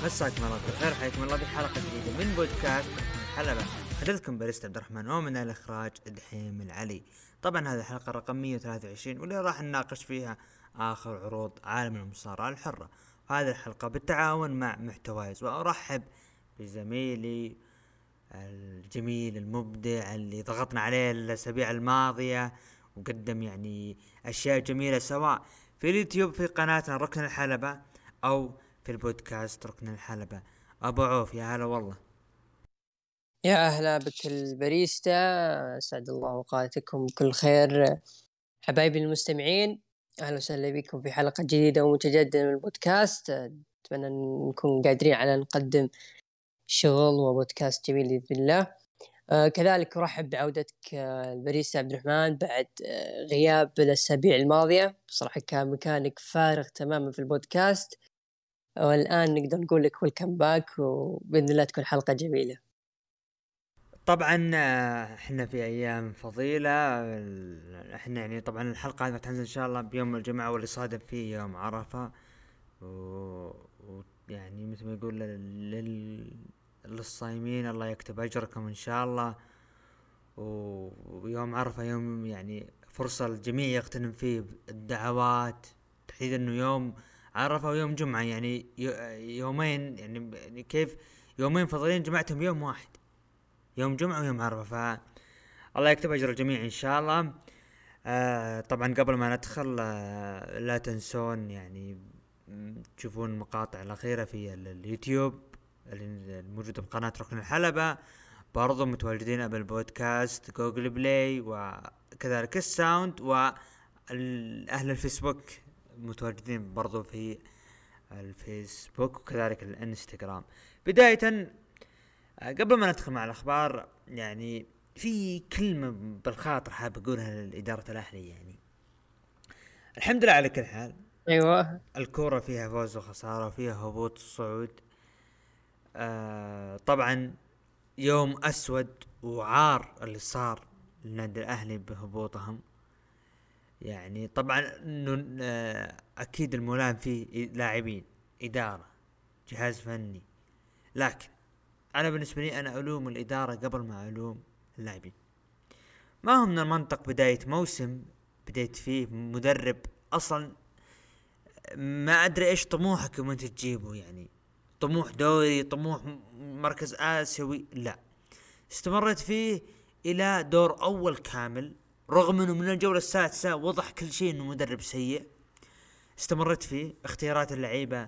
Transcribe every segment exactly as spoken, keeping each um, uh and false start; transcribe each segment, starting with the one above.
مساكم الله بالخير، حياكم الله بحلقة جديدة من بودكاست حلبة. حدثكم باريستا عبد الرحمن، ومن الإخراج دحيم العلي. طبعا هذه الحلقة رقم مية وثلاثة وعشرين، واللي راح نناقش فيها آخر عروض عالم المصارعة الحرة. هذه الحلقة بالتعاون مع محتوايز، وأرحب بزميلي الجميل المبدع اللي ضغطنا عليه الأسابيع الماضية وقدم يعني أشياء جميلة، سواء في اليوتيوب في قناتنا ركن الحلبة أو في البودكاست ركن الحلبة. أبو عوف، يا هلا والله. يا أهلا بك الباريستا، سعد الله أوقاتكم بكل خير. حبايبي المستمعين، أهلا وسهلا بكم في حلقة جديدة ومتجددة من البودكاست. أتمنى نكون قادرين على نقدم شغل وبودكاست جميل بإذن الله. آه كذلك أرحب بعودتك آه الباريستا عبد الرحمن بعد آه غياب الأسابيع الماضية. بصراحة كان مكانك فارغ تماما في البودكاست، والآن نقدر نقول لك ويلكم باك، وبإذن الله تكون حلقة جميلة. طبعا احنا في ايام فضيلة، احنا يعني طبعا الحلقة هذه تنزل ان شاء الله بيوم الجمعة، واللي صادف فيه يوم عرفة، ويعني مثل ما يقول لل... للصايمين الله يكتب اجركم ان شاء الله. ويوم عرفة يوم يعني فرصة الجميع يغتنم فيه الدعوات، تحديدا انه يوم عرفة ويوم جمعة، يعني يومين، يعني كيف يومين فضلين جمعتهم يوم واحد، يوم جمعة ويوم عرفة. ف الله يكتب أجر الجميع إن شاء الله. آه طبعا قبل ما ندخل آه لا تنسون يعني تشوفون المقاطع الأخيرة في اليوتيوب الموجودة بقناة ركن الحلبة، برضو متواجدين أبل بودكاست، جوجل بلاي، وكذلك الساوند، وأهل الفيسبوك متواجدين برضو في الفيسبوك وكذلك الانستغرام. بداية قبل ما ندخل مع الأخبار، يعني في كلمة بالخاطر حاب أقولها لإدارة الأهلي. يعني الحمد لله على كل حال. أيوة، الكورة فيها فوز وخسارة، وفيها هبوط وصعود. آه طبعا يوم أسود وعار اللي صار للنادي الأهلي بهبوطهم. يعني طبعا آه أكيد الملام فيه لاعبين، إدارة، جهاز فني، لكن أنا بالنسبة لي أنا ألوم الإدارة قبل ما ألوم اللاعبين. ما هو من المنطق بداية موسم بداية فيه مدرب أصلا ما أدري إيش طموحك وانت تجيبه، يعني طموح دوري، طموح مركز آسيوي، لا، استمرت فيه إلى دور أول كامل، رغم أنه من الجولة السادسة وضح كل شيء أنه مدرب سيء. استمرت فيه اختيارات اللعيبة.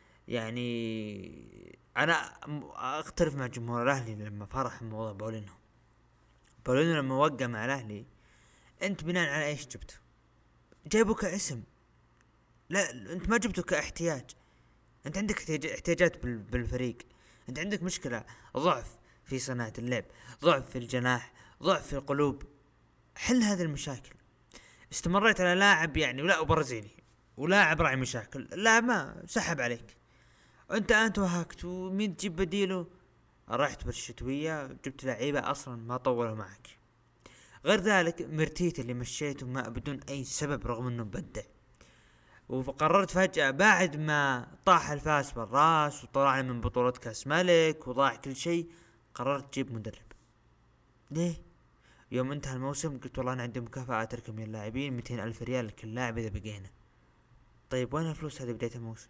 يعني انا اختلف مع جمهور الاهلي لما فرح موضوع بولينو. بولينو لما وقع مع الاهلي، انت بناء على ايش جبته؟ جايبه كاسم، لا انت ما جبته كاحتياج. انت عندك احتياجات بالفريق، انت عندك مشكلة ضعف في صناعة اللعب، ضعف في الجناح، ضعف في القلوب. حل هذه المشاكل. استمريت على لاعب يعني ولا برازيلي ولاعب راعي مشاكل، لا ما سحب عليك، انت انت وهاكت، ومين تجيب بديله؟ رحت بالشتوية جبت لعيبة اصلا ما طولوا معك. غير ذلك مرتيت اللي مشيته ما بدون اي سبب، رغم انه بدع، وقررت فجأة بعد ما طاح الفاس بالراس وطلعنا من بطولة كاس ملك وضاع كل شيء، قررت تجيب مدرب. ليه؟ يوم انتهى الموسم قلت والله انا عندي مكافأة تركم من اللاعبين مئتين الف ريال لكل لاعب اذا بقينا. طيب وين الفلوس هذه بداية الموسم؟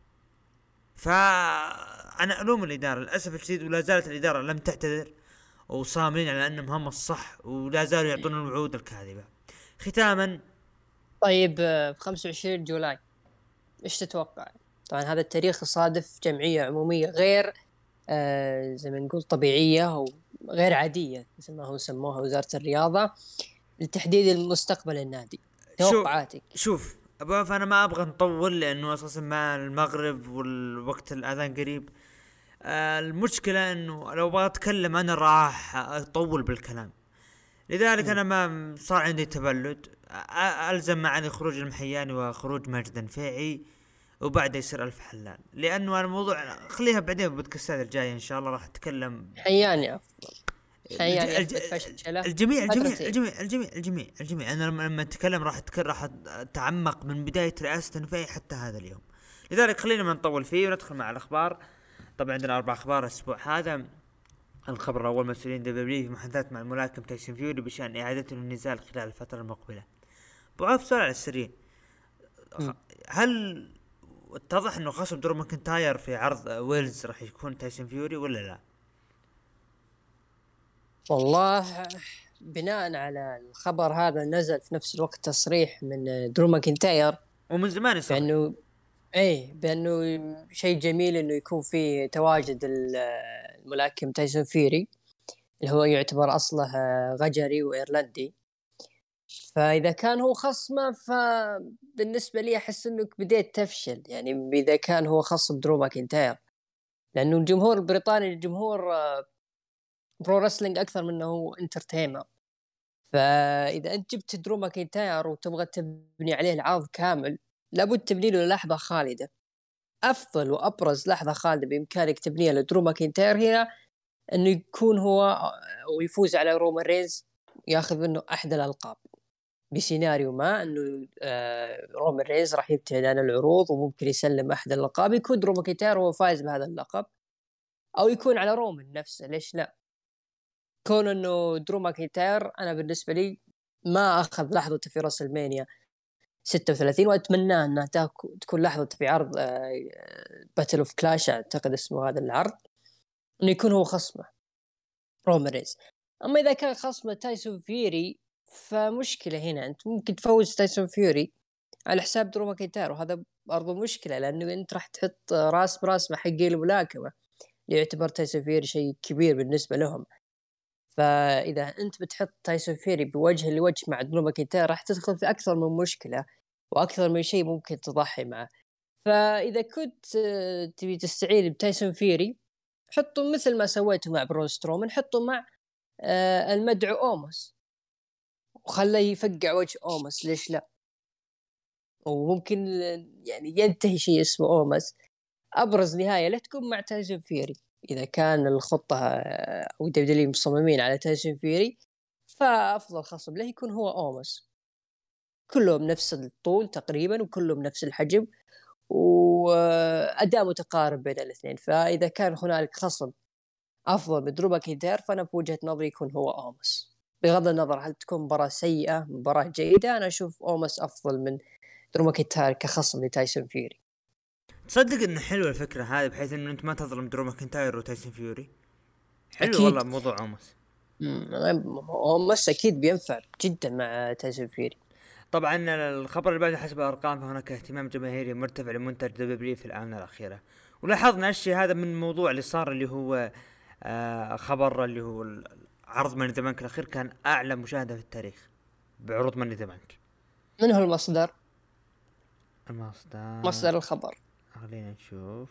فأنا ألوم الإدارة للأسف الشديد، ولا زالت الإدارة لم تعتذر وصاملين على أنهم هم الصح، ولا زالوا يعطون الوعود الكاذبة. ختاما، طيب في خمسة وعشرين جولاي إيش تتوقع؟ طبعا هذا التاريخ يصادف جمعية عمومية غير آه زي ما نقول طبيعية أو غير عادية، مثل ما هو سموها وزارة الرياضة، لتحديد المستقبل النادي. توقعاتك؟ شوف أبو، فأنا ما أبغى نطول لأنه أساسا مع المغرب والوقت الأذان قريب. آه المشكلة أنه لو بغى أتكلم أنا راح أطول بالكلام، لذلك م. أنا ما صار عندي تبلد. ألزم معي خروج المحياني وخروج ماجد النفيعي، وبعد يصير ألف حلال، لأنه الموضوع خليها بعدين بالبودكاستات الجاية إن شاء الله راح أتكلم. حياني أفضل، حياني الج... الجميع الجميع الجميع الجميع الجميع الجميع أنا لما أتكلم راح أتكلم راح أتعمق من بداية رئاسة النفيعي حتى هذا اليوم، لذلك خلينا ما نطول فيه وندخل مع الأخبار. طبعا عندنا اربع اخبار الاسبوع هذا. الخبر الاول: مسؤولين دبليو في محادثات مع الملاكم تايسون فيوري بشان اعادته للنزال خلال الفتره المقبله. بعرف سؤال على السريع، مم. هل اتضح انه خصم درو ماكنتاير في عرض ويلز راح يكون تايسون فيوري ولا لا؟ والله بناء على الخبر هذا نزل في نفس الوقت تصريح من درو ماكنتاير ومن زمان يصح بأنه ايه بأنه شيء جميل انه يكون في تواجد ال- الملاكم تايسون فيوري اللي هو يعتبر اصله غجري وايرلندي. فاذا كان هو خصمه فبالنسبه لي احس انك بديت تفشل، يعني اذا كان هو خصم درو ماكنتاير، لانه الجمهور البريطاني الجمهور برو رسلينج اكثر منه هو انترتينر. فاذا انت جبت درو ماكنتاير وتبغى تبني عليه العرض كامل لابد تبني له لحظه خالده. افضل وابرز لحظه خالده بامكانك تبنيها لدرو ماكنتاير هي انه يكون هو ويفوز على رومان رينز ياخذ منه احد الالقاب بسيناريو ما انه آه رومان رينز راح يبتعد عن العروض وممكن يسلم احد الالقاب، يكون درو ماكنتاير هو فايز بهذا اللقب، او يكون على رومان نفسه. ليش لا؟ كون انه درو ماكنتاير انا بالنسبه لي ما اخذ لحظته في راس المانيا ستة وثلاثين، واتمنى انها تكون لحظته في عرض باتل اوف كلاش اعتقد اسمه هذا العرض، انه يكون هو خصمه رومان رينز. اما اذا كان خصمه تايسون فيوري فمشكله هنا، انت ممكن تفوز تايسون فيوري على حساب درو ماكنتاير، وهذا برضو مشكله لانه انت راح تحط راس براس مع حقي الملاكمه اللي يعتبر تايسون فيوري شيء كبير بالنسبه لهم. فاذا انت بتحط تايسون فيوري بوجه لوجه مع درو ماكنتاير راح تدخل في اكثر من مشكله واكثر من شيء ممكن تضحي معه. فاذا كنت تبي تستعين بتايسون فيوري حطوا مثل ما سويته مع برون سترومان، حطوا مع المدعو اوموس وخليه يفقع وجه اوموس، ليش لا؟ وممكن يعني ينتهي شيء اسمه اوموس. ابرز نهايه لا تكون مع تايسون فيوري اذا كان الخطه او دبليو مصممين على تايسون فيوري، فافضل خصم له يكون هو اوموس. كلهم نفس الطول تقريبا وكلهم نفس الحجم واداء متقارب بين الاثنين. فاذا كان هنالك خصم افضل من درو ماكنتاير فانا في وجهه نظري يكون هو اوموس، بغض النظر هل تكون مباراه سيئه مباراه جيده. انا اشوف اوموس افضل من درو ماكنتاير كخصم لتايسون فيوري. تصدق انه حلوه الفكره هذه بحيث انه انت ما تظلم درو ماكنتاير وتايسون فيوري؟ حلو اكيد والله موضوع اوموس. اوموس اكيد بينفع جدا مع تايسون فيوري. طبعا الخبر اللي بعده حسب الارقام فهناك اهتمام جماهيري مرتفع لمنتج دبليو في الاونه الاخيره، ولاحظنا الشيء هذا من الموضوع اللي صار اللي هو آه خبر اللي هو عرض ماني ذا بانك الاخير كان اعلى مشاهده في التاريخ بعروض ماني ذا بانك. من هو المصدر؟ المصدر مصدر الخبر خلينا نشوف.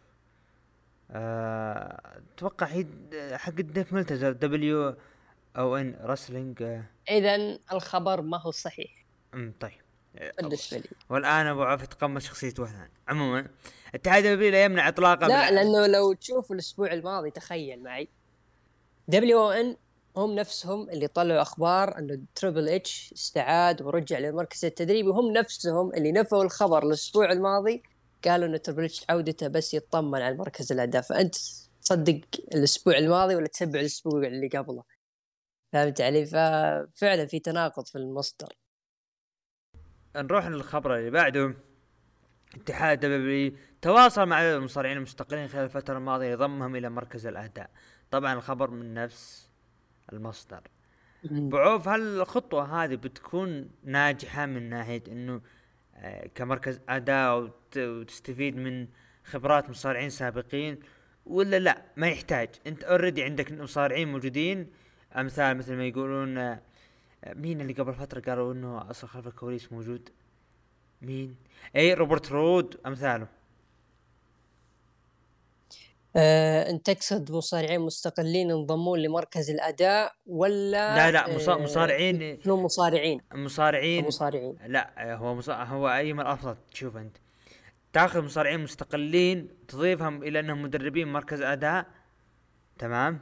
أه... اتوقع هي حق الديف ملتزر دبليو او ان رسلينج. أه... اذا الخبر ما هو صحيح امم طيب بالنسبه لي. والان ابو عوف تقمص شخصيه وهان. عموما اتحاد دبليو لا يمنع اطلاقا لا لانه لو تشوف الاسبوع الماضي تخيل معي دبليو او ان هم نفسهم اللي طلعوا اخبار انه تريبل اتش استعاد ورجع للمركز التدريبي، وهم نفسهم اللي نفوا الخبر الاسبوع الماضي قالوا انه تريبل اتش عودته بس يطمن على مركز الاداء. فانت تصدق الاسبوع الماضي ولا تتبع الاسبوع اللي قبله؟ فهمت علي؟ ففعلا في تناقض في المصدر. نروح للخبر اللي بعده. اتحاد دبليو تواصل مع المصارعين المستقلين خلال الفترة الماضية لضمهم إلى مركز الأداء. طبعا الخبر من نفس المصدر. بعوف هل الخطوة هذه بتكون ناجحة من ناحية إنه آه كمركز أداء وتستفيد من خبرات مصارعين سابقين ولا لا ما يحتاج؟ أنت أوريدي عندك مصارعين موجودين، أمثال مثل ما يقولون آه مين اللي قبل فترة قالوا إنه أصلا خلف الكواليس موجود؟ مين؟ اي روبرت رود امثاله. آه، انت تقصد مصارعين مستقلين انضموا لمركز الاداء ولا لا لا آه مصارعين يكونوا مصارعين مصارعين مصارعين لا هو مص... هو اي من الافضل تشوف انت تاخذ مصارعين مستقلين تضيفهم الى انهم مدربين مركز اداء. تمام.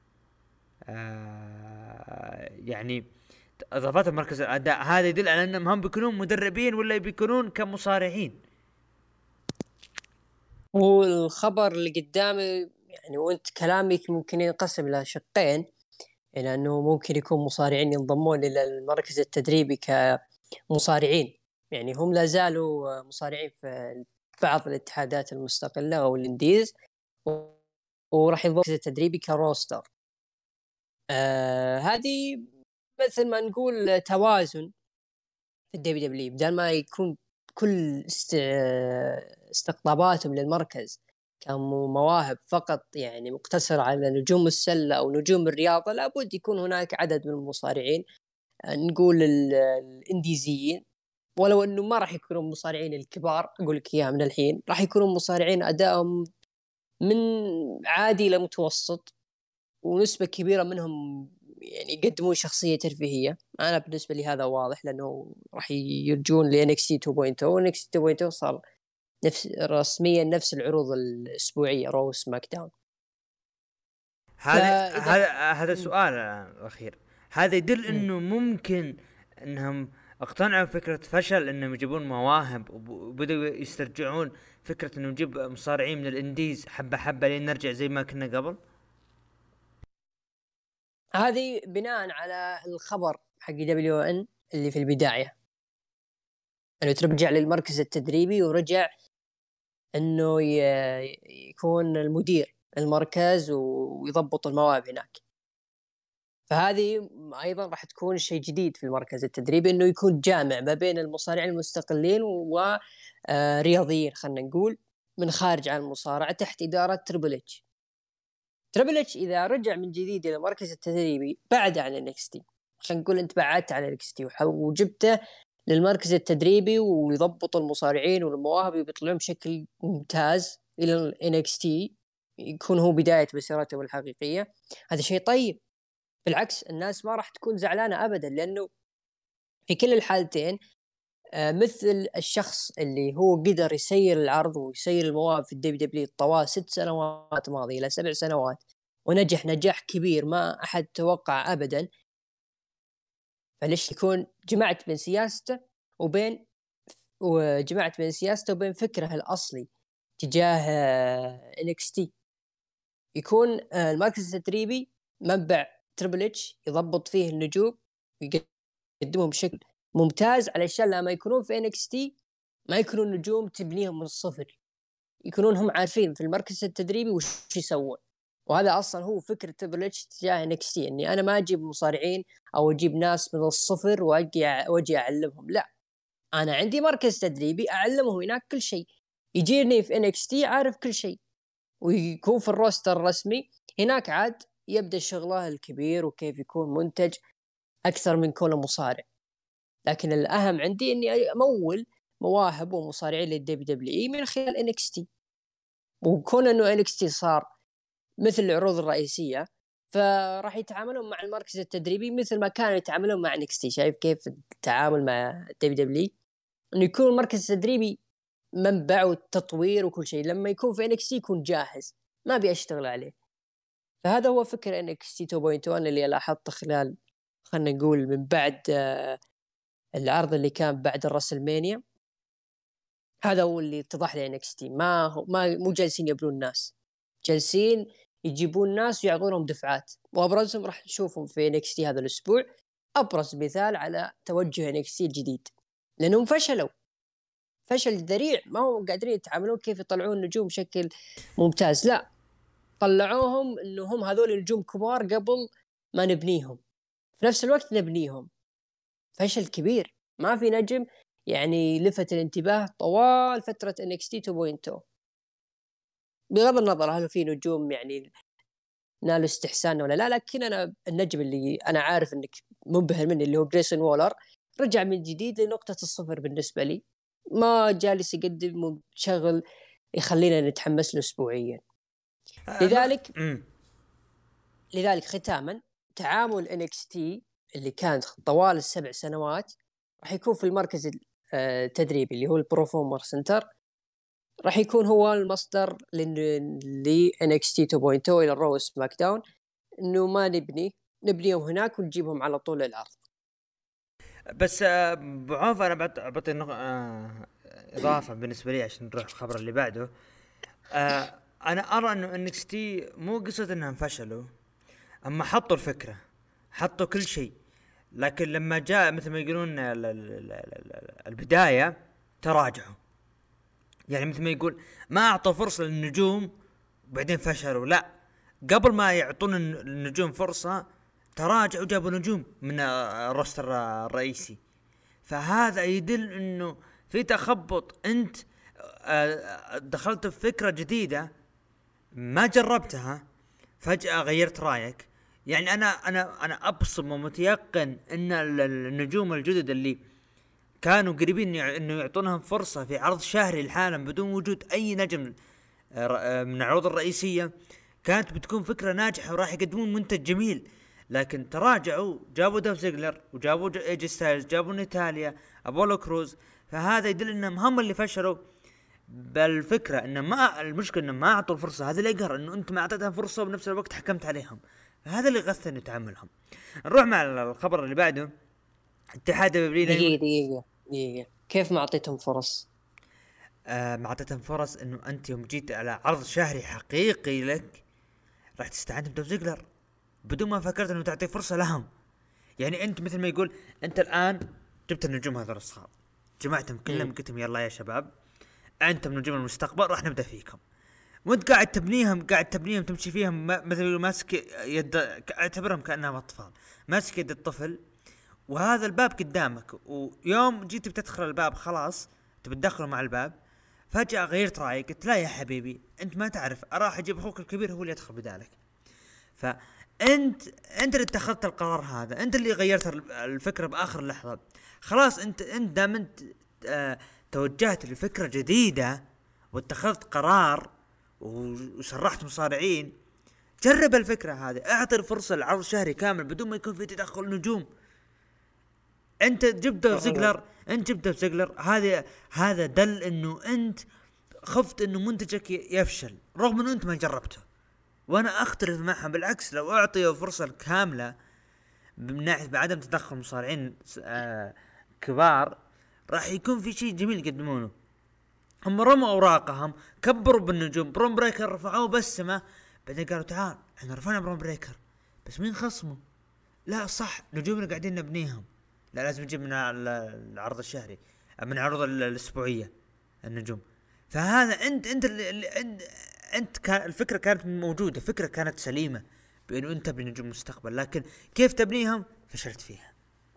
آه يعني اضافات مركز الاداء هذا يدل على انهم هم بيكونون مدربين ولا بيكونون كمصارعين. والخبر اللي قدامي يعني وانت كلامك ممكن ينقسم الى شقين، يعني انه ممكن يكون مصارعين ينضمون الى المركز التدريبي كمصارعين، يعني هم لا زالوا مصارعين في بعض الاتحادات المستقلة او الانديز، وراح ينضم المركز التدريبي كروستر. آه هذه مثل ما نقول توازن في الدبليو دبليو، بدل ما يكون كل است... استقطاباتهم للمركز كانوا مواهب فقط يعني مقتصرة على نجوم السلة أو نجوم الرياضة، لابد يكون هناك عدد من المصارعين نقول الانديزيين، ولو أنه ما راح يكونوا مصارعين الكبار، أقول لك إياها من الحين، راح يكونوا مصارعين أدائهم من عادي إلى متوسط، ونسبة كبيرة منهم يعني يقدمون شخصية ترفيهية. أنا بالنسبة لي هذا واضح، لأنه راح يرجون ل إن إكس تي تو بوينت أو. إن إكس تي تو بوينت أو صار نفس رسميا نفس العروض الأسبوعية رو سماك داون. هذا هذا هذا السؤال الأخير، هذا يدل إنه ممكن إنهم اقتنعوا فكرة فشل إنهم يجيبون مواهب، وبدأوا يسترجعون فكرة إنه نجيب مصارعين من الإنديز حبة حبة لين نرجع زي ما كنا قبل. هذه بناء على الخبر حق دبليو إن اللي في البداية انه ترجع للمركز التدريبي، ورجع انه يكون المدير المركز ويضبط المواهب هناك. فهذه ايضا راح تكون شيء جديد في المركز التدريبي، انه يكون جامع ما بين المصارعين المستقلين ورياضيين خلينا نقول من خارج عن المصارعه تحت اداره تريبل اتش. تريبل اتش اذا رجع من جديد الى المركز التدريبي بعد عن إن إكس تي، خلينا نقول انت بعدت عن إن إكس تي وجبته للمركز التدريبي ويضبط المصارعين والمواهب ويطلعون بشكل ممتاز الى إن إكس تي، يكون هو بدايه مسيرته الحقيقيه، هذا شيء طيب. بالعكس الناس ما راح تكون زعلانه ابدا، لانه في كل الحالتين مثل الشخص اللي هو قدر يسير العرض ويسير المواهب في الدبليو دبليو طوال ست سنوات ماضيه الى سبع سنوات ونجح نجاح كبير ما احد توقع ابدا، فليش يكون جمعت بين سياسته وبين وجمعت بين سياسته وبين فكره الاصلي تجاه إن إكس تي. يكون المركز التدريبي منبع تريبل اتش يضبط فيه النجوم ويقدمهم بشكل ممتاز، علشان لما يكونون في إن إكس تي ما يكونون نجوم تبنيهم من الصفر، يكونون هم عارفين في المركز التدريبي وش يسوون. وهذا اصلا هو فكره تريبل اتش تجاه إن إكس تي، اني انا ما اجيب مصارعين او اجيب ناس من الصفر واجي واجي اعلمهم، لا، انا عندي مركز تدريبي اعلمهم هناك كل شيء، يجيني في إن إكس تي عارف كل شيء، ويكون في الروستر الرسمي هناك عاد يبدا شغله الكبير وكيف يكون منتج اكثر من كونه مصارع. لكن الاهم عندي اني امول مواهب ومصارعين للدبليو دبليو اي من خلال إن إكس تي، وكون انه إن إكس تي صار مثل العروض الرئيسيه فراح يتعاملون مع المركز التدريبي مثل ما كانوا يتعاملون مع إن إكس تي. شايف كيف التعامل مع دبليو دبليو، انه يكون المركز التدريبي منبع والتطوير وكل شيء، لما يكون في إن إكس تي يكون جاهز ما بيشتغل عليه. فهذا هو فكر إن إكس تي تو بوينت ون اللي لاحظته خلال خلنا نقول من بعد العرض اللي كان بعد الرسلمانيا. هذا هو اللي اتضح لي إن إكس تي ما هو ما مو جالسين يبنون الناس، جالسين يجيبون ناس ويعطونهم دفعات، وابرزهم راح نشوفهم في إن إكس تي هذا الاسبوع. ابرز مثال على توجه إن إكس تي الجديد، لانهم فشلوا فشل ذريع، ما هم قادرين يتعاملون كيف يطلعون نجوم بشكل ممتاز، لا طلعوهم انهم هذول نجوم كبار قبل ما نبنيهم، في نفس الوقت نبنيهم. فشل كبير، ما في نجم يعني لفت الانتباه طوال فترة إن إكس تي تو بوينت أو، بغض النظر هل في نجوم يعني نالوا استحسان ولا لا، لكن أنا النجم اللي أنا عارف إنك منبهر مني اللي هو جريسون وولر رجع من جديد لنقطة الصفر بالنسبة لي، ما جالس يقدم شغل يخلينا نتحمس له أسبوعيا. لذلك لذلك ختاما تعامل إن إكس تي اللي كانت طوال السبع سنوات راح يكون في المركز التدريبي اللي هو البروفورمر سنتر، راح يكون هو المصدر ل إن إكس تي تو بوينت أو الى الرو سماك داون، انه ما نبني نبنيهم هناك ونجيبهم على طول العرض. بس بعوف انا بعطي نق... آه... اضافه بالنسبه لي عشان نروح الخبر اللي بعده. آه انا ارى انه انكس تي مو قصة انهم فشلوا، اما حطوا الفكرة، حطوا كل شيء، لكن لما جاء مثل ما يقولون ال- ال- ال- ال- البداية تراجعوا. يعني مثل ما يقول ما اعطوا فرصة للنجوم وبعدين فشلوا، لا، قبل ما يعطون الن- النجوم فرصة تراجعوا جابوا نجوم من آه، الروستر آه، الرئيسي. فهذا يدل انه في تخبط. انت آه، دخلت في فكرة جديدة ما جربتها، فجأة غيرت رايك. يعني انا انا انا ابصم ومتيقن ان ال- ال- النجوم الجدد اللي كانوا قريبين يع- انه يعطونهم فرصة في عرض شهري لحالهم بدون وجود اي نجم آه، ر- آه، من العروض الرئيسية، كانت بتكون فكرة ناجحة وراح يقدمون منتج جميل. لكن تراجعوا، جابوا دوف زيجلر وجابوا ج- ايجي ستايلز، جابوا نيتاليا، ابولو كروز. فهذا يدل انهم هم اللي فشلوا بالفكرة. انه ما المشكلة انهم ما اعطوا الفرصة، هذا اللي يقهر، انه انت ما اعطيتهم فرصة وبنفس الوقت حكمت عليهم. فهذا اللي غثني تعاملهم. نروح مع الخبر اللي بعده. اتحاد ابريل دقيقة دقيقة دقيقة، كيف ما اعطيتهم فرص؟ آه ما اعطيتهم فرص انه انت يوم جيت على عرض شهري حقيقي لك راح تستعين بدوف زيجلر بدون ما فكرت انه تعطي فرصة لهم. يعني انت مثل ما يقول انت الان جبت النجوم هذول الصغار، جمعتهم كلهم، مم. قلت لهم يلا يا شباب انتم نجوم المستقبل راح نبدا فيكم، وانت قاعد تبنيهم، قاعد تبنيهم تمشي فيهم ما- مثل ماسك يد، اعتبرهم كانهم اطفال، ماسك يد الطفل وهذا الباب قدامك، ويوم جيت بتدخل الباب خلاص تبي تدخله مع الباب، فجأة غيرت رأيك، قلت لا يا حبيبي انت ما تعرف، راح اجيب اخوك الكبير هو اللي يدخل بدالك. فانت انت اللي اتخذت القرار هذا، انت اللي غيرت الفكرة باخر لحظة. خلاص انت انت دام انت اه توجهت لفكرة جديدة واتخذت قرار وسرحت مصارعين، جرب الفكرة هذه، اعطي الفرصة لعرض شهري كامل بدون ما يكون في تدخل نجوم. انت جبت زيجلر، انت جبت زيجلر، هذا هذا دل انه انت خفت انه منتجك يفشل رغم انه انت ما جربته. وانا اختلف معها، بالعكس لو اعطيه فرصة كاملة من ناحية بعدم تدخل مصارعين آه كبار راح يكون في شيء جميل يقدمونه. هم رموا اوراقهم، كبروا بالنجوم، برون بريكر رفعوه بالسماء، بعدين قالوا تعال احنا رفعنا برون بريكر بس مين خصمه؟ لا صح نجومنا قاعدين نبنيهم، لا لازم نجيب من العرض الشهري، من العروض الاسبوعيه النجوم. فهذا انت انت اللي اللي- انت, انت كان الفكره كانت موجوده، فكره كانت سليمه بانه انت تبني نجوم المستقبل، لكن كيف تبنيهم فشلت فيها.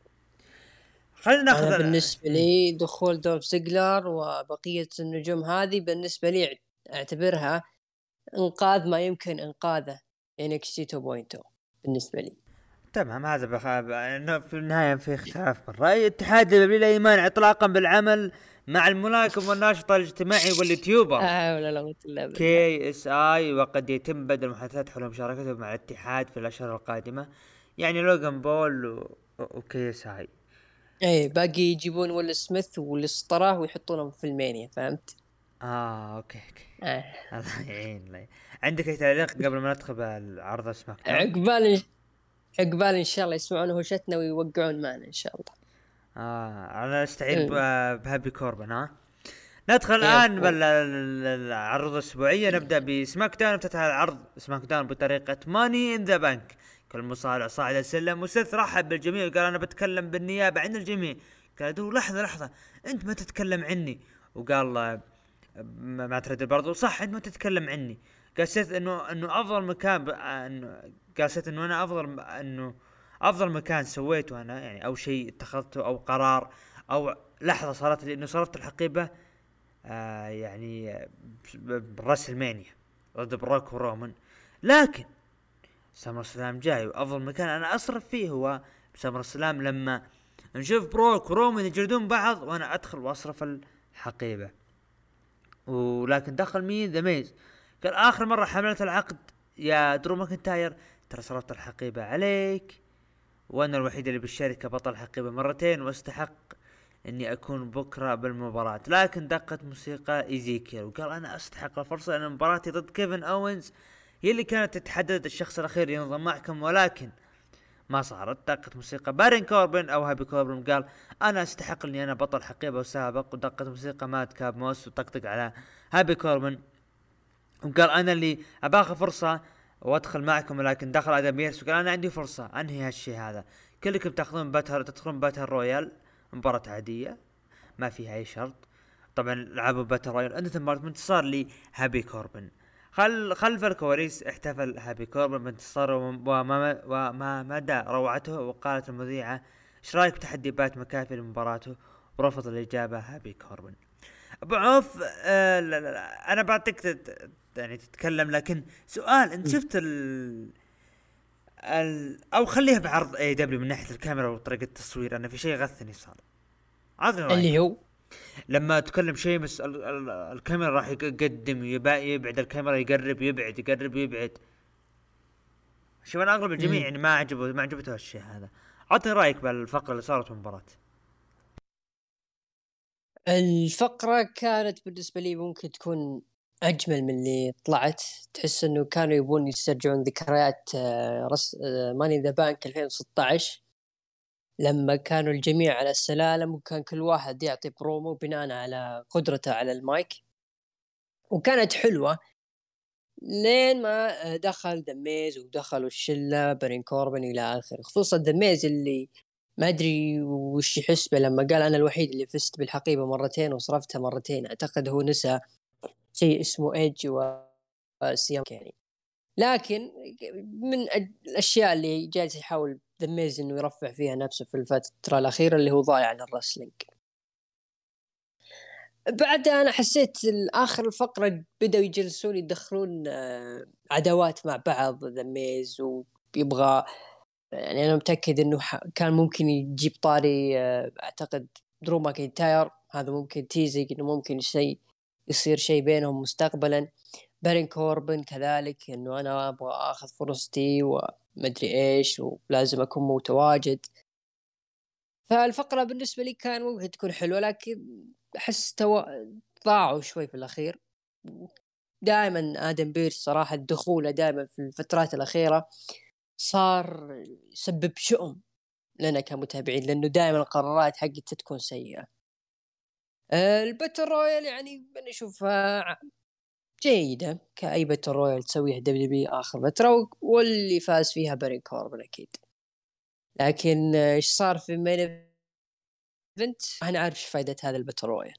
خلينا ناخذ انا ال- بالنسبة مم. لي دخول دولف زيجلر وبقية النجوم هذه بالنسبة لي اعتبرها انقاذ ما يمكن انقاذه إن إكس تي تو بوينت أو بالنسبة لي. تمام، هذا بخ... انه في النهايه في اختلاف في الراي. اتحاد لا ايمان اطلاقا بالعمل مع الملاكم والناشط الاجتماعي واليوتيوبر لا ولا لا قوة الا بالله. كي اس اي، وقد يتم بدء المحادثات حول مشاركته مع الاتحاد في الاشهر القادمه. يعني لوغان بول و... وكي اس اي. ايه باقي يجيبون ويل سميث والاسطرة ويحطونهم في المانيا، فهمت؟ اه اوكي اوكي. آه. الله يعين الله يعين. عندك اي تعليق قبل ما ندخل بالعرض سماك داون؟ عقبال عقبال ان شاء الله يسمعون هوشتنا ويوقعون معنا ان شاء الله. اه انا استعين ب- إيه. بهابي كوربن. ها ندخل يب. الان بالعرض الاسبوعيه. نبدا بسماك داون. افتتح العرض سماك داون بطريقه ماني ان ذا بانك. كل مصارع صاعد السلم وسيث رحب بالجميع وقال انا بتكلم بالنيابه عن الجميع. قالوا لحظه لحظه انت ما تتكلم عني. وقال آه، ما ما ترد برضو صح انت ما تتكلم عني. قال سيث انه انه افضل مكان ب... انه قال سيث انه انا افضل م- انه افضل مكان سويته انا، يعني او شيء اتخذته او قرار او لحظه صارت لي انه صرفت الحقيبه آه يعني آه، براسل مانيا ضد بروك ورومان. لكن سمر سلام جاي وافضل مكان انا اصرف فيه هو سمر سلام لما نشوف بروك ورومان يجلدون بعض وانا ادخل واصرف الحقيبه. ولكن دخل مين ذا ميز قال اخر مره حملت العقد يا درو ماكنتاير ترى صرفت الحقيبه عليك، وانا الوحيد اللي بالشركه بطل حقيبه مرتين واستحق اني اكون بكره بالمباراه. لكن دقت موسيقى ايزيكيل وقال انا استحق الفرصه لان مباراتي ضد كيفن اوينز هي اللي كانت تتحدد الشخص الاخير ينضم معكم، ولكن ما صارت. دقت موسيقى بارين كوربن او هابي كوربن قال انا استحق اني انا بطل حقيبه وسابق. ودقت موسيقى مات كاب موس وطقطق على هابي كوربن وقال انا اللي اباخذ فرصه وادخل معكم، ولكن دخل ادم بيرس وقال انا عندي فرصه انهي هالشيء هذا، كلكم تاخذون باتل تدخلون باتل رويال مباراة عادية ما فيها اي شرط. طبعا لعبوا باتل رويال انت مباراة بانتصار لهابي كوربن. خل خلف الكواليس احتفل هابي كوربن بانتصاره وما وما مدى روعته، وقالت المذيعة ايش رايك بتحدي بات مكافي لمباراته، ورفض الاجابة هابي كوربن. ابو عوف آه لا لا لا انا بعطيك تت يعني تتكلم، لكن سؤال انت شفت ال ال او خليها بعرض اي دبليو من ناحيه الكاميرا وطريقه التصوير، انا في شيء غثني صار. عطني رايك اللي هو لما تكلم شيء بس ال ال الكاميرا راح يقدم يبعد الكاميرا يقرب يبعد يقرب يبعد. شوف انا اغلب الجميع يعني ما عجبه ما عجبته هالشيء هذا. عطني رايك بالفقره اللي صارت في المباراه. الفقرة كانت بالنسبة لي ممكن تكون أجمل من اللي طلعت. تحس إنه كانوا يبون يسترجعون ذكريات آه، رس ماني ذا بانك ألفين وستة عشر، لما كانوا الجميع على السلالم وكان كل واحد يعطي برومو بناء على قدرته على المايك، وكانت حلوة لين ما دخل دميز ودخلوا الشلة برين كوربن إلى آخره. خصوصا دميز اللي ما أدري وش يحس به لما قال أنا الوحيد اللي فزت بالحقيبة مرتين وصرفتها مرتين. أعتقد هو نسى شيء اسمه إيج وسيام يعني. لكن من الأشياء اللي جالس يحاول دميز إنه يرفع فيها نفسه في الفترة الأخيرة اللي هو ضايع عن الرسلينج. بعدها أنا حسيت آخر الفقرة بدأوا يجلسون يدخلون عداوات مع بعض دميز، ويبغى يعني أنا متأكد إنه كان ممكن يجيب طاري أعتقد درو ماكنتاير، هذا ممكن تيزيك إنه ممكن شيء يصير شيء بينهم مستقبلا. بارين كوربن كذلك إنه أنا أبغى أخذ فرصتي ومدري إيش ولازم أكون متواجد. فالفقرة بالنسبة لي كان ممكن تكون حلوة، لكن أحس تو... ضاعوا شوي في الأخير. دائما آدم بيرس صراحة دخوله دائما في الفترات الأخيرة صار يسبب شؤم لنا كمتابعين، لأنه دائما القرارات حقته تكون سيئة. الباتل رويال يعني بنشوفها جيدة كأي باتل رويال تسويها دبليو بي آخر فترة، واللي فاز فيها بارين كوربن أكيد. لكن إيش صار في مين إيفنت أنا عارف فائدة هذا الباتل رويال.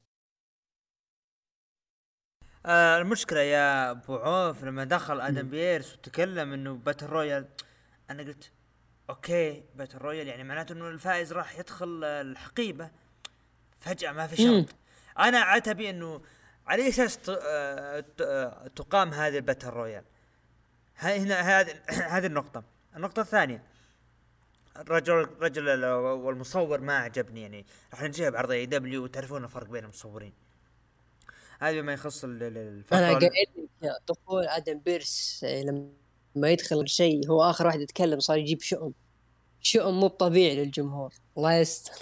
آه المشكله يا ابو عوف لما دخل ادم بيرس وتكلم انه باتل رويال، انا قلت اوكي باتل رويال يعني معناته انه الفائز راح يدخل الحقيبه. فجاه ما في شرط. انا عتبي انه على اساس تقام هذه الباتل رويال. هاي هنا هذه هذه النقطه. النقطه الثانيه، الرجل الرجل والمصور ما عجبني، يعني راح نجيها بعرض اي دبليو وتعرفون الفرق بين المصورين. هذا ما يخص الفقره. انا قايل لك دخول ادم بيرس لما يدخل شيء هو اخر واحد يتكلم صار يجيب شؤم شؤم مو طبيعي للجمهور. الله يستر.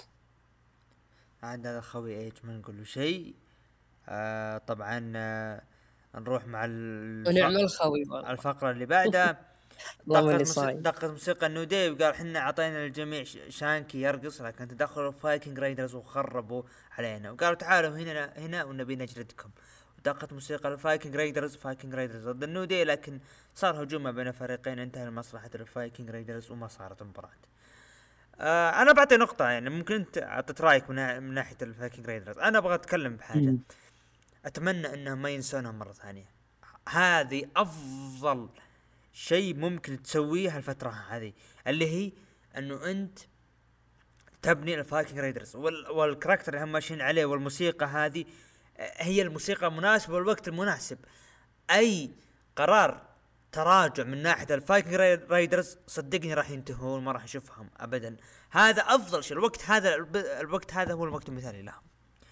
عند هذا الخوي ايج ما نقول له شيء. آه طبعا آه نروح مع ونعم الخوي الفقره اللي بعدها. دقت موسيقى دقت موسيقى النودي وقال حنا عطينا للجميع شانكي يرقص، لكن تدخلوا فايكنج رايدرز وخربوا علينا وقالوا تعالوا هنا هنا ونبي نجلدكم. ودقت موسيقى الفايكنج رايدرز فايكنج رايدرز ضد النودي، لكن صار هجوم بين فريقين انتهى لمصلحة الفايكنج رايدرز وما صارت مباراة. آه انا بعطي نقطة، يعني ممكن انت اعطيت رايك من, من ناحية الفايكنج رايدرز. انا ابغى اتكلم بحاجة. اتمنى انهم ما ينسونها مرة ثانية. هذه افضل شيء ممكن تسويه هالفترة هذه، اللي هي انه انت تبني الفايكنج رايدرز وال والكاركتر اللي هم ماشيين عليه والموسيقى هذه هي الموسيقى المناسبة والوقت المناسب. اي قرار تراجع من ناحية الفايكنج رايدرز صدقني راح ينتهون ما راح نشوفهم ابدا. هذا افضل شيء. الوقت هذا الوقت هذا هو الوقت المثالي لهم.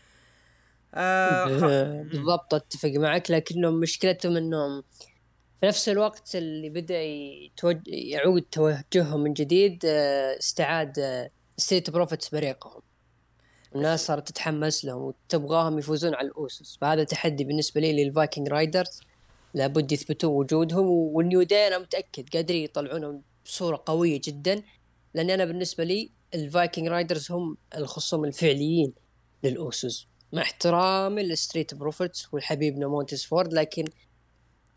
آه بالضبط اتفق معك، لكنهم مشكلتهم انهم في نفس الوقت اللي بدأ يتوج... يعود توجههم من جديد استعاد ستريت بروفيتس بريقهم. الناس صارت تتحمس لهم وتبغاهم يفوزون على الأوسوس، فهذا تحدي بالنسبة لي للفايكنج رايدرز. لابد يثبتوا وجودهم، والنيو داي أنا متأكد قادرين يطلعونهم بصورة قوية جدا، لأن أنا بالنسبة لي الفايكنج رايدرز هم الخصوم الفعليين للأوسوس، مع احترامي للستريت بروفيتس والحبيبنا مونتس فورد. لكن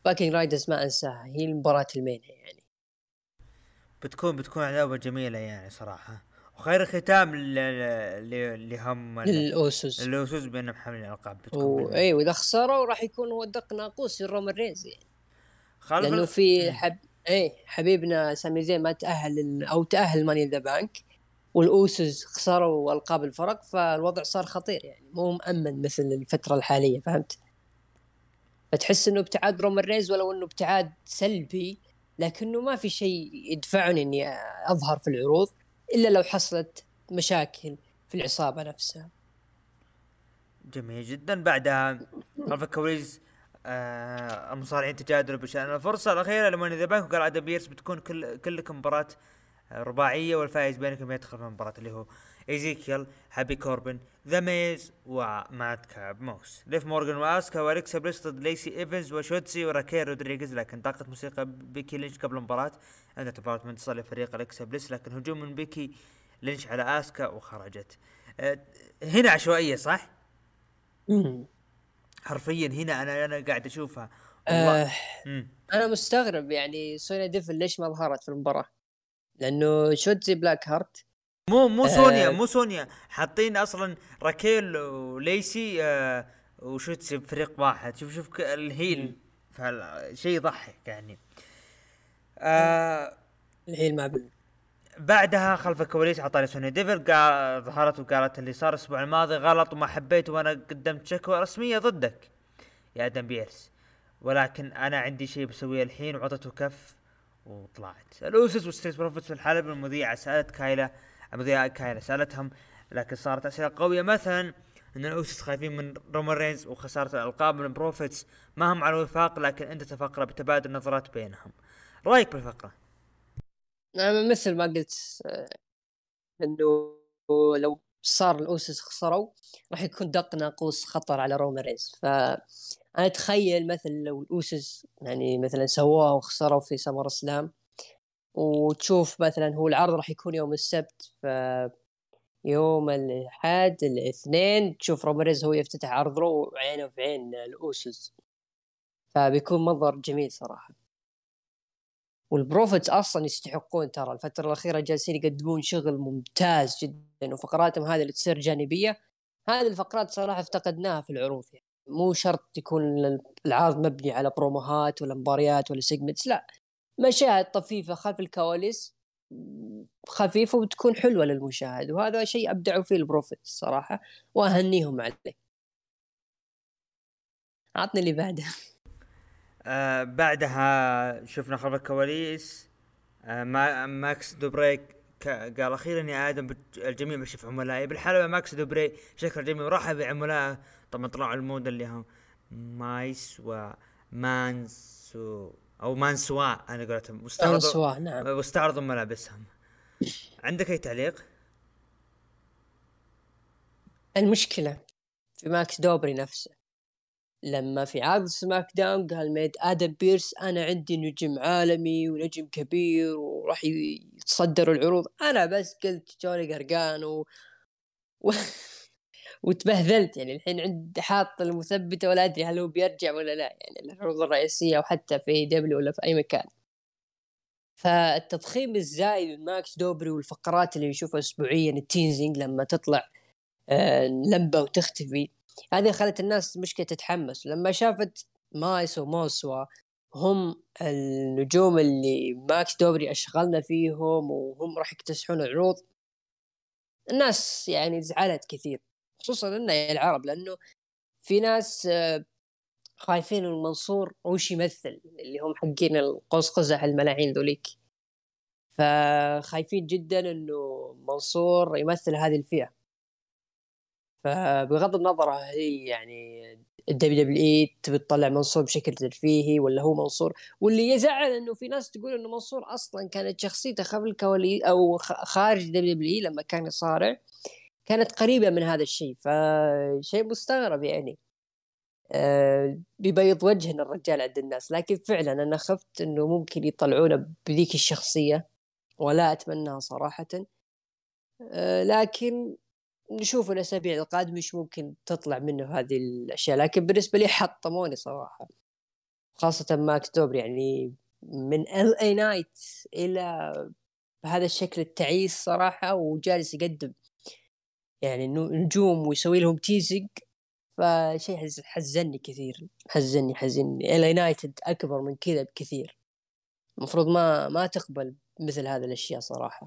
باكينج رايدرز ما انساها، هي المباراة المين يعني. بتكون بتكون عداوة جميلة يعني صراحة، وخير ختام ل- ل- اللي هم ال- للاوسوس. اللوسوس بينهم حامل الألقاب بتكون جميلة. وايوه اذا خسروا راح يكون هو دق ناقوس الرومان رينز يعني. خلف لانه ال... في مم. حب ايه حبيبنا سامي زين ما تاهل ال- او تاهل ماني ذا بانك، والاوسوس خسروا القاب الفرق، فالوضع صار خطير يعني، مو مؤمن مثل الفتره الحاليه، فهمت؟ فتحس انه ابتعاد رومان رينز ولو انه ابتعاد سلبي، لكنه ما في شيء يدفعني اني اظهر في العروض الا لو حصلت مشاكل في العصابه نفسها. جميل جدا. بعدها خلف الكواليس آه المصارعين تجادلوا بشأن الفرصة الأخيرة لماني ذا بانك، وقال آدم بيرس بتكون كل كلكم مباراة رباعية، والفائز بينكم يدخل في المباراة اللي هو ايزيكيل، هابي كوربن، ذا ميز ومات كاب موس. ليف مورغان واسكا واليكسا بليس ضد ليسي ايفنز وشوتسي وراكير رودريغيز، لكن طاقة موسيقى بيكي لينش قبل المباراة عندها تفاوت من انتصار لفريق اليكسا بليس، لكن هجوم من بيكي لينش على اسكا وخرجت. أه هنا عشوائية صح؟ مم. حرفيا هنا انا انا قاعد اشوفها والله. آه امم انا مستغرب يعني سونيا ديفل ليش ما ظهرت في المباراه، لانه شوتزي بلاك هارت. مو مو سونيا آه مو سونيا حاطين اصلا راكيل وليسي آه وشوتسي بفريق واحد. شوف شوف ك- الهيل، فشيء يضحك يعني. آه الحين ما بي. بعدها خلف الكواليس عطاني سوني ديفل، قال ظهرت وقالت اللي صار الاسبوع الماضي غلط وما حبيت، وانا قدمت شكوى رسميه ضدك يا ادم بيرس، ولكن انا عندي شيء بسويه الحين، وعطته كف وطلعت. الاوسس والستريت بروفيتس في الحلبة، المذيعة سالت كايلا، المذيعة كايلا سالتهم، لكن صارت اسئله قويه، مثلا ان الاوسس خايفين من رومان رينز وخساره الالقاب من البروفيتس، ما هم على وفاق، لكن انت تفقر بتبادل نظرات بينهم. رايك بالفقره؟ أنا مثل ما قلت، آه، انه لو صار الاوسس خسروا راح يكون دق ناقوس خطر على رومان رينز. فانا اتخيل مثل لو الاوسس يعني مثلا سووها وخسروا في سمر اسلام، وتشوف مثلا هو العرض راح يكون يوم السبت، ف يوم الاحد الاثنين تشوف رومان رينز هو يفتتح عرض رو عينه في عين الاوسس، فبيكون منظر جميل صراحه. والبروفيتس اصلا يستحقون، ترى الفتره الاخيره جالسين يقدمون شغل ممتاز جدا، وفقراتهم هذه اللي تصير جانبيه، هذه الفقرات صراحه افتقدناها في العروض يعني. مو شرط يكون العرض مبني على بروموهات ولا مباريات ولا سيجمنتس، لا، مشاهد طفيفه خلف الكواليس خفيفه وتكون حلوه للمشاهد، وهذا شيء ابدعوا فيه البروفيتس صراحه، واهنيهم عليه. عطني اللي بعده. آه بعدها شفنا خلف الكواليس آه ما ماكس دوبريك ك- قال اخيرا يا ادم بت- الجميع بشوف عملائي بالحلبة. ماكس دوبري شكر الجميع ورحب بعملائه، طبعا طلعوا المود اللي هم مايس ومانسو او مانسوا انا قلتهم، واستعرضوا انسوا، نعم. واستعرضوا ملابسهم. عندك اي تعليق؟ المشكله في ماكس دوبري نفسه، لما في عرض سماك داون قال ميد ادم بيرس انا عندي نجم عالمي ونجم كبير وراح يتصدر العروض، انا بس قلت جوني قرقان و... وتبهذلت يعني. الحين عند حاط المثبته ولا ادري هل هو بيرجع ولا لا يعني العروض الرئيسيه او حتى في دبليو ولا في اي مكان. فالتضخيم الزايد من ماكس دوبري والفقرات اللي نشوفها اسبوعيا، التينزينج لما تطلع آه لمبه وتختفي، هذه خلت الناس مشكلة تتحمس لما شافت مايس وموسوا هم النجوم اللي ماكس دوبري اشغلنا فيهم وهم راح يكتسحون العروض. الناس يعني زعلت كثير، خصوصا لنا العرب، لانه في ناس آه، خايفين من منصور وش يمثل، اللي هم حقين القوس قزح الملاعين ذوليك، فخايفين جدا انه منصور يمثل هذه الفئة. فبغض النظر هي يعني الدبليو دبليو اي تبي تطلع منصور بشكل ترفيهي ولا هو منصور، واللي يزعل انه في ناس تقول انه منصور اصلا كانت شخصيته خلف الكواليس او خارج دبليو دبليو اي لما كان يصارع كانت قريبه من هذا الشيء، فشيء مستغرب يعني. أه بيبيض وجه الرجال عند الناس، لكن فعلا انا خفت انه ممكن يطلعونه بذيك الشخصيه، ولا اتمناها صراحه. أه لكن نشوف الأسابيع القادمة إيش ممكن تطلع منه هذه الأشياء، لكن بالنسبة لي حطموني صراحة. خاصة ماكس دوبري يعني من ال اي نايت الى بهذا الشكل التعيس صراحة، وجالس يقدم يعني انه نجوم ويسوي لهم تيزنج. فشيء حز- حزني كثير، حزني حزني ال يونايتد اكبر من كذا بكثير. المفروض ما ما تقبل مثل هذه الاشياء صراحة.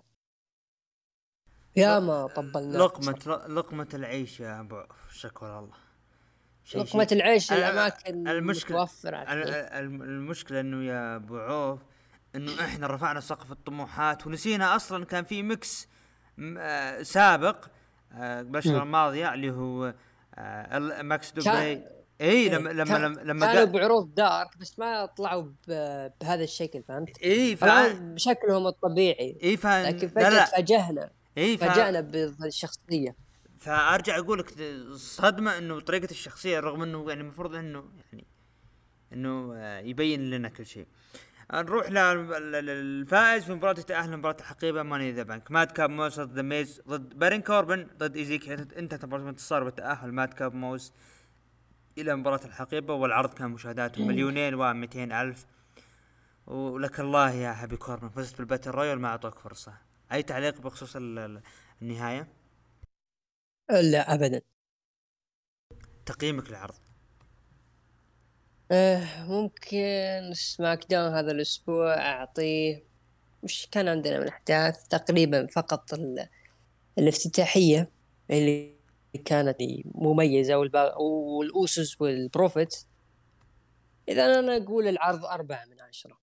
يا ما طبلنا لقمة لقمة العيش يا ابو شكر الله. شيء لقمة شيء العيش أنا- الاماكن المشكلة متوفرة الحين. أنا- الم- المشكلة انه يا ابو عوف انه احنا رفعنا سقف الطموحات ونسينا اصلا كان في ميكس م- آه، سابق آه، بالاشهر مم. الماضية اللي هو آه، ال- ماكس كان دوبري. اي إيه لما لما كان لما, لما كانوا قال بعروض دارك بس ما طلعوا ب- بهذا الشكل، فهمت؟ اي طلعوا فا بشكلهم الطبيعي، اي فا لكن لا فجأة لا تفاجأنا اي فا فاجأنا بالشخصية. فارجع اقول لك صدمة انه طريقة الشخصية رغم انه يعني المفروض انه يعني انه آه، يبين لنا كل شيء. نروح للفائز في مباراة تأهل مباراة الحقيبة ماني ذا بانك. مات كاب موس ضد ميز ضد بارين كوربن ضد ايزيكي. انتهت مباراة انتصار وتأهل مات كاب موس الى مباراة الحقيبة، والعرض كان مشاهداته مليونين ومئتين الف. ولك الله يا حبي كوربن، فزت بالباتل رويال ما اعطوك فرصة. اي تعليق بخصوص ال- ال- النهاية؟ لا ابدا. تقييمك للعرض؟ أه ممكن سماك داون هذا الاسبوع اعطيه، مش كان عندنا من احداث تقريبا فقط ال... الافتتاحية اللي كانت مميزة، والبا... والأوسس والبروفيت. إذا أنا أقول العرض أربعة من عشرة.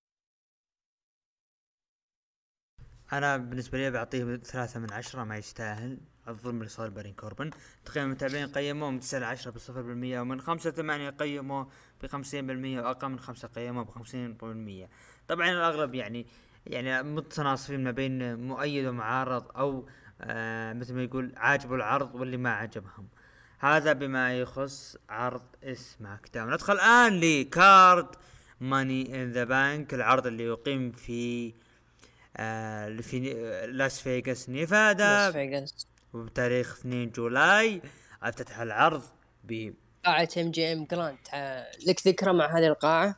انا بالنسبه لي بعطيه ثلاثة من عشرة، ما يستاهل الظلم اللي صار بارين كوربن. تقييم المتابعين قيموه من تسعة لعشرة بصفر بالمية، ومن خمسة ثمانية قيموه بخمسين بالمية، وأقل من خمسة قيموه بخمسين بالمية. طبعا الأغلب يعني يعني متناصفين ما بين مؤيد ومعارض، أو آه مثل ما يقول عاجبوا العرض واللي ما عجبهم. هذا بما يخص عرض سماك داون. ندخل الآن لكارد ماني ان ذا بانك، العرض اللي يقيم في آه في لاس فيغاس لاس نيفادا فيغاس، وبتاريخ اثنين جولاي. افتتح العرض ب قاعة ام جي ام جرانت. لك ذكرى مع هذه القاعة؟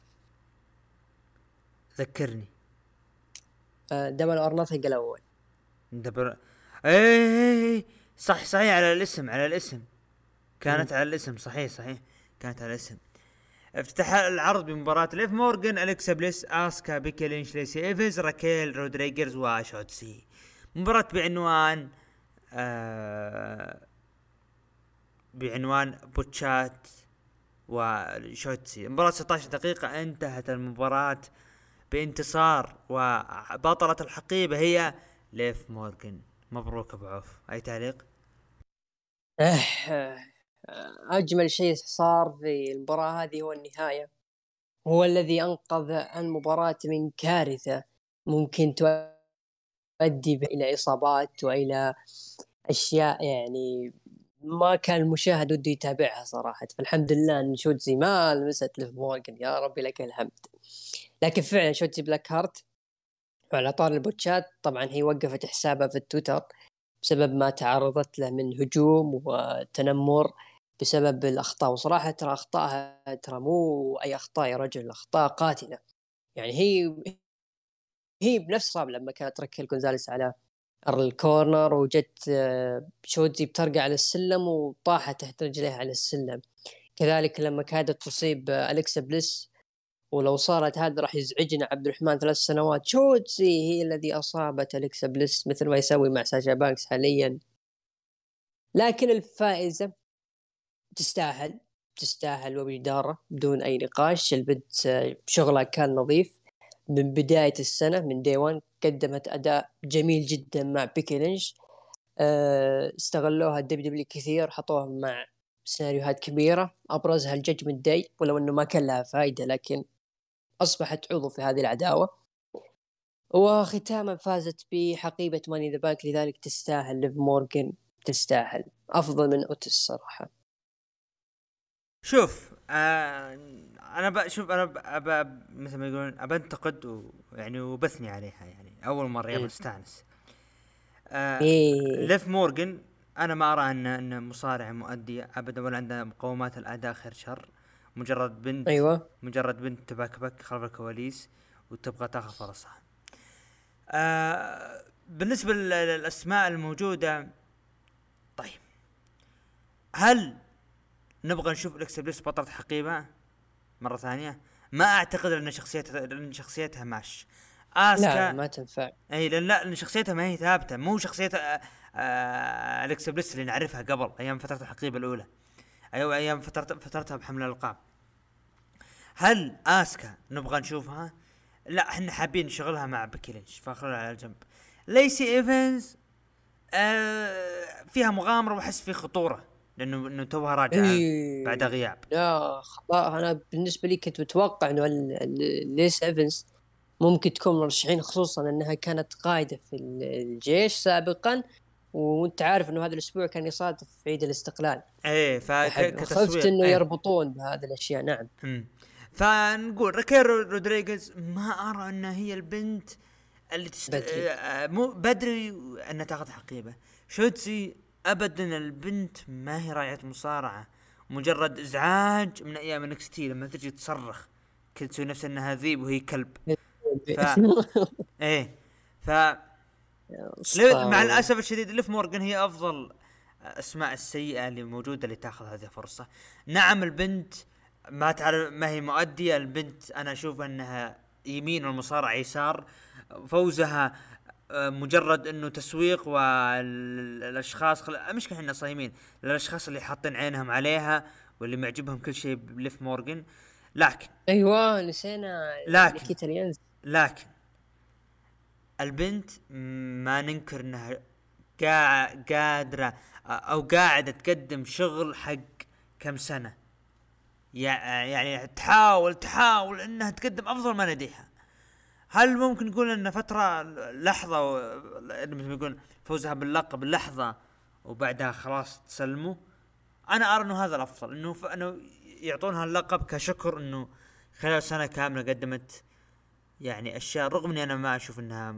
ذكرني. دبل اور نثينج الأول. دبر ايه صح صحيح، على الاسم على الاسم مم. كانت على الاسم صحيح صحيح كانت على الاسم. افتتح العرض بمباراة ليف مورغان، أليكسا بليس، آسكا، بيكي لينش، ليسي ايفنز، راكيل رودريغيز، وشوتسي. مباراة بعنوان آه بعنوان بوتشات وشوتسي. مباراة ستة عشر دقيقة، انتهت المباراة بانتصار، وبطلة الحقيبة هي ليف مورغان. مبروك ابو عوف، اي تعليق؟ آه، آه، أجمل شيء صار في المباراة هذه هو النهاية، هو الذي أنقذ المباراة من كارثة ممكن تؤدي إلى إصابات وإلى أشياء يعني ما كان المشاهد وده يتابعها صراحة. فالحمد لله أن شوتزي ما لمست ليف مورغان، يا ربي لك الحمد. لكن فعلا شوتزي بلاك هارت، وعلى طار البوتشات طبعا هي وقفت حسابها في التويتر بسبب ما تعرضت له من هجوم وتنمر بسبب الأخطاء. وصراحة ترى أخطائها ترى مو أي أخطاء يا رجل، أخطاء قاتلة. يعني هي هي بنفس صاب لما كانت ركيل جونزاليس على الكورنر، وجت آه، شوتزي بترقع على السلم وطاحت تحت رجليها على السلم. كذلك لما كادت تصيب آه، أليكسا بليس، ولو صارت هذا راح يزعجنا عبد الرحمن ثلاث سنوات. شوتزي هي الذي أصابت أليكسا بليس مثل ما يسوي مع ساشا بانكس حاليا. لكن الفائزة تستاهل، تستاهل وبجدارة بدون أي نقاش. البنت آه، شغلها كان نظيف من بداية السنة، من دي وان قدمت أداء جميل جدا مع بيكي لينش. أه استغلوها الدبليو دبليو كثير، حطوها مع سيناريوهات كبيرة، أبرزها الججمنت داي، ولو أنه ما كان لها فائدة لكن أصبحت عضو في هذه العداوة. وختاما فازت بحقيبة ماني ذا بانك، لذلك تستاهل ليف مورغان، تستاهل أفضل من أوتس صراحة. شوف آه انا بشوف انا ب- أب مثل ما يقولون ابنتقد ويعني وبثني عليها، يعني اول مره يلا م. استانس. آه إيه. ليف مورغان انا ما ارى ان ان مصارع مؤدي ابدا، ولا عنده مقومات الاداء خير شر، مجرد بنت ايوه مجرد بنت تبكبك خلف الكواليس وتبغى تاخذ فرصها. آه بالنسبة للأسماء الموجودة، طيب هل نبغى نشوف الكسا بليس بطلة حقيبة مرة ثانية؟ ما اعتقد ان شخصيتها لان شخصيتها ماش لا اسكا. ما تنفع. اي لان لا لان شخصيتها ما هي ثابتة، مو شخصيتها آه الكسا بليس اللي نعرفها قبل ايام فترة الحقيبة الاولى، ايوه ايام فترة فترتها بحمل الالقاب. هل اسكا نبغى نشوفها؟ لا احنا حابين نشغلها مع بيكي لينش فاخرها على الجنب. ليسي ايفنز آه فيها مغامرة واحس في خطورة لانه انه توها راجعة بعد اي غياب. لا خطأ. انا بالنسبه لي كنت متوقع انه ال- ال- ليس ايفنز ممكن تكون مرشحين، خصوصا انها كانت قائده في ال- الجيش سابقا، وانت عارف انه هذا الاسبوع كان يصادف في عيد الاستقلال، ايه فحب خفت فكتسويق انه ايه. يربطون بهذه الاشياء. نعم. امم فنقول راكيل رودريغيز ما ارى ان هي البنت اللي تست... بدري. آه، مو بدري انها تاخذ حقيبه. شوتسي ابدا البنت ما هي رايعه مصارعه، مجرد ازعاج من ايام انكستي لما تجي تصرخ كذا تسوي نفس انها ذيب وهي كلب. ف ايه ف ل- مع اسطوري. الاسف الشديد ليف مورغان هي افضل اسماء السيئه اللي موجوده اللي تاخذ هذه الفرصه. نعم البنت ما تعرف ما هي مؤديه، البنت انا اشوف انها يمين والمصارع يسار. فوزها آه، مجرد انه تسويق، والاشخاص خل... مش احنا صايمين للاشخاص اللي حاطين عينهم عليها واللي معجبهم كل شيء بليف مورغان. لكن ايوه نسينا لكن نيكيتا لينز. لكن البنت ما ننكر انها قا- قادرة او قاعدة تقدم شغل حق كم سنة، يع- يعني تحاول تحاول انها تقدم افضل ما لديها. هل ممكن نقول ان فترة لحظة و- مثل ما يقول فوزها باللقب لحظة وبعدها خلاص تسلموا؟ انا ارى انه هذا الافضل، انه ف... انه يعطونها اللقب كشكر انه خلال سنة كاملة قدمت يعني اشياء، رغم اني انا ما اشوف انها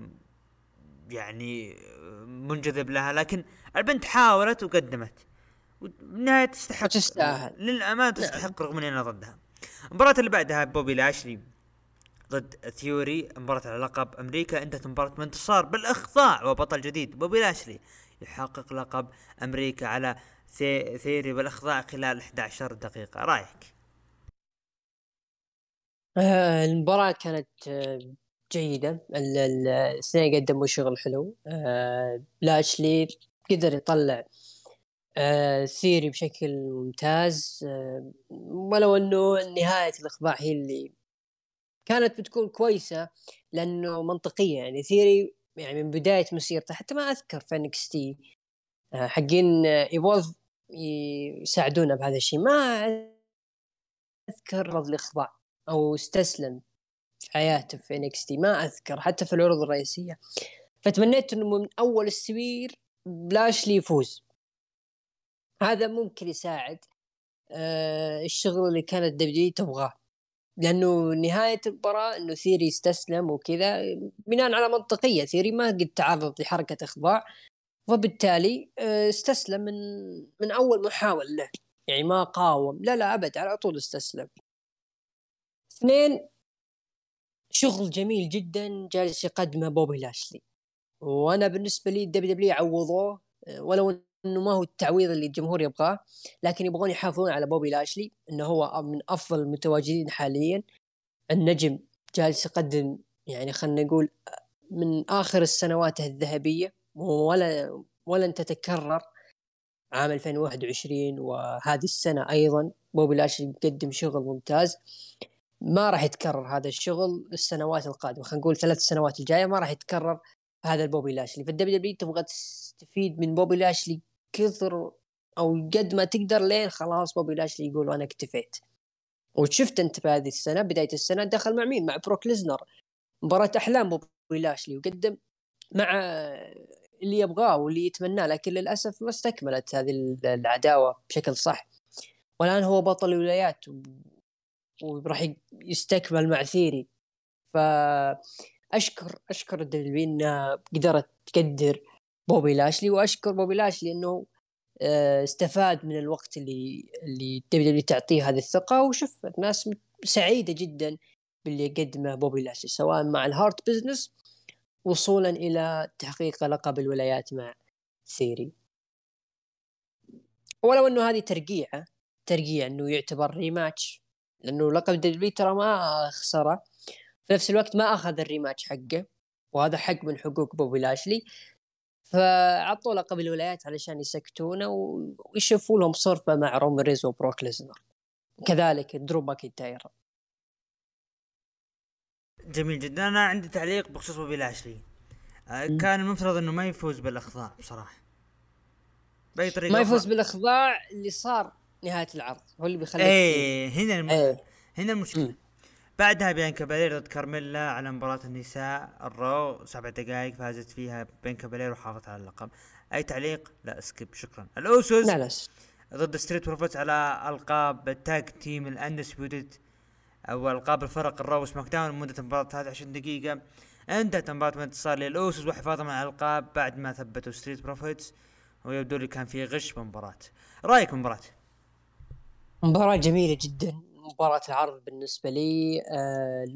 يعني منجذب لها، لكن البنت حاولت وقدمت وبالنهاية تستحق وتستاهل. للأمانة نعم. تستحق رغم اني انا ضدها. المباراة اللي بعدها بوبي لاشلي ضد ثيوري، مباراة على لقب امريكا انتهت مباراة بانتصار بالاخضاع، وبطل جديد بوبي لاشلي يحقق لقب امريكا على ثي... ثيوري بالاخضاع خلال احدى عشرة دقيقة. رايك؟ آه المباراة كانت آه جيدة. ال- ال- الاثنين قدموا شغل حلو. آه لاشلي قدر يطلع آه ثيري بشكل ممتاز. آه ولو انه نهاية الاخضاع هي اللي كانت بتكون كويسة، لانه منطقية. يعني ثيري يعني من بداية مسيرته، حتى ما اذكر في انكس تي آه حقين ايفولف يساعدونا بهذا الشيء، ما اذكر رفض الاخضاع او استسلم في حياته في انكس تي، ما اذكر حتى في العروض الرئيسيه. فتمنيت انه من اول السبير لاشلي يفوز، هذا ممكن يساعد آه الشغل اللي كانت دبليو تبغاه، لانه نهايه المباراه انه ثيري استسلم وكذا بناء على منطقيه. ثيري ما قد تعرض لحركه اخضاع، وبالتالي آه استسلم من من اول محاوله له، يعني ما قاوم، لا لا ابد، على طول استسلم. اثنين، شغل جميل جدا جالس يقدمه بوبي لاشلي، وانا بالنسبه لي دبليو دبليو عوضوه، ولو انه ما هو التعويض اللي الجمهور يبغاه، لكن يبغون يحافظون على بوبي لاشلي انه هو من افضل المتواجدين حاليا. النجم جالس يقدم يعني خلينا نقول من اخر السنوات الذهبيه، ولا ولن تتكرر. عام ألفين وواحد وعشرين وهذه السنه ايضا بوبي لاشلي يقدم شغل ممتاز، ما راح يتكرر هذا الشغل السنوات القادمه. خلينا نقول ثلاث سنوات الجايه ما راح يتكرر هذا البوبي لاشلي. فالدبليو دبليو تبغى تستفيد من بوبي لاشلي كثر او قد ما تقدر، لين خلاص بوبي لاشلي يقول انا اكتفيت. وشفت انت في هذه السنه بدايه السنه دخل مع مين؟ مع بروك ليزنر، مباراه احلام بوبي لاشلي، وقدم مع اللي يبغاه واللي يتمناه، لكن للاسف ما استكملت هذه العداوه بشكل صح. والان هو بطل الولايات وراح يستكمل مع ثيري. فأشكر أشكر الدبليو انها قدرت تقدر بوبي لاشلي، وأشكر بوبي لاشلي إنه آه، استفاد من الوقت اللي اللي دبليو دبليو تعطيه هذه الثقة، وشوف الناس سعيدة جدا باللي قدمه بوبي لاشلي سواء مع الهارت بزنس وصولا إلى تحقيق لقب الولايات مع ثيري. ولو أنه هذه ترقيعة ترقيع أنه يعتبر ريماتش، لأنه لقب دبليو ترى ما خسره، في نفس الوقت ما أخذ الريماتش حقه، وهذا حق من حقوق بوبي لاشلي، فعطوا لقب الولايات علشان يسكتونه ويشوفوا لهم صرفة مع رومان ريز وبروك ليزنر، كذلك درو ماكنتاير. جميل جدا. انا عندي تعليق بخصوص بوبي لاشلي. آه كان المفترض انه ما يفوز بالاخضاع بصراحه باي طريقه ما أخرى. يفوز بالاخضاع اللي صار نهايه العرض هو اللي بيخليك ايه هنا الم... ايه. هنا المشكله. مم. بعدها بيانكا بالير ضد كارميلا على مباراة النساء الرو، سبع دقائق فازت فيها بيانكا بالير وحافظت على اللقب. اي تعليق؟ لا اسكيب شكرا. الاوسوس لا لا ضد ستريت بروفيتس على القاب التاج تيم الاندسبيوتد او القاب الفرق الرو سماك داون مدة المباراة هذه عشرين دقيقة. انتهت المباراة بانتصار للاوسوس وحفاظهم على الالقاب بعد ما ثبتوا ستريت بروفيتس، ويبدو لي كان في غش بالمباراة. رايك بالمباراة؟ مباراة جميلة جدا، مباراة العرض بالنسبة لي. آه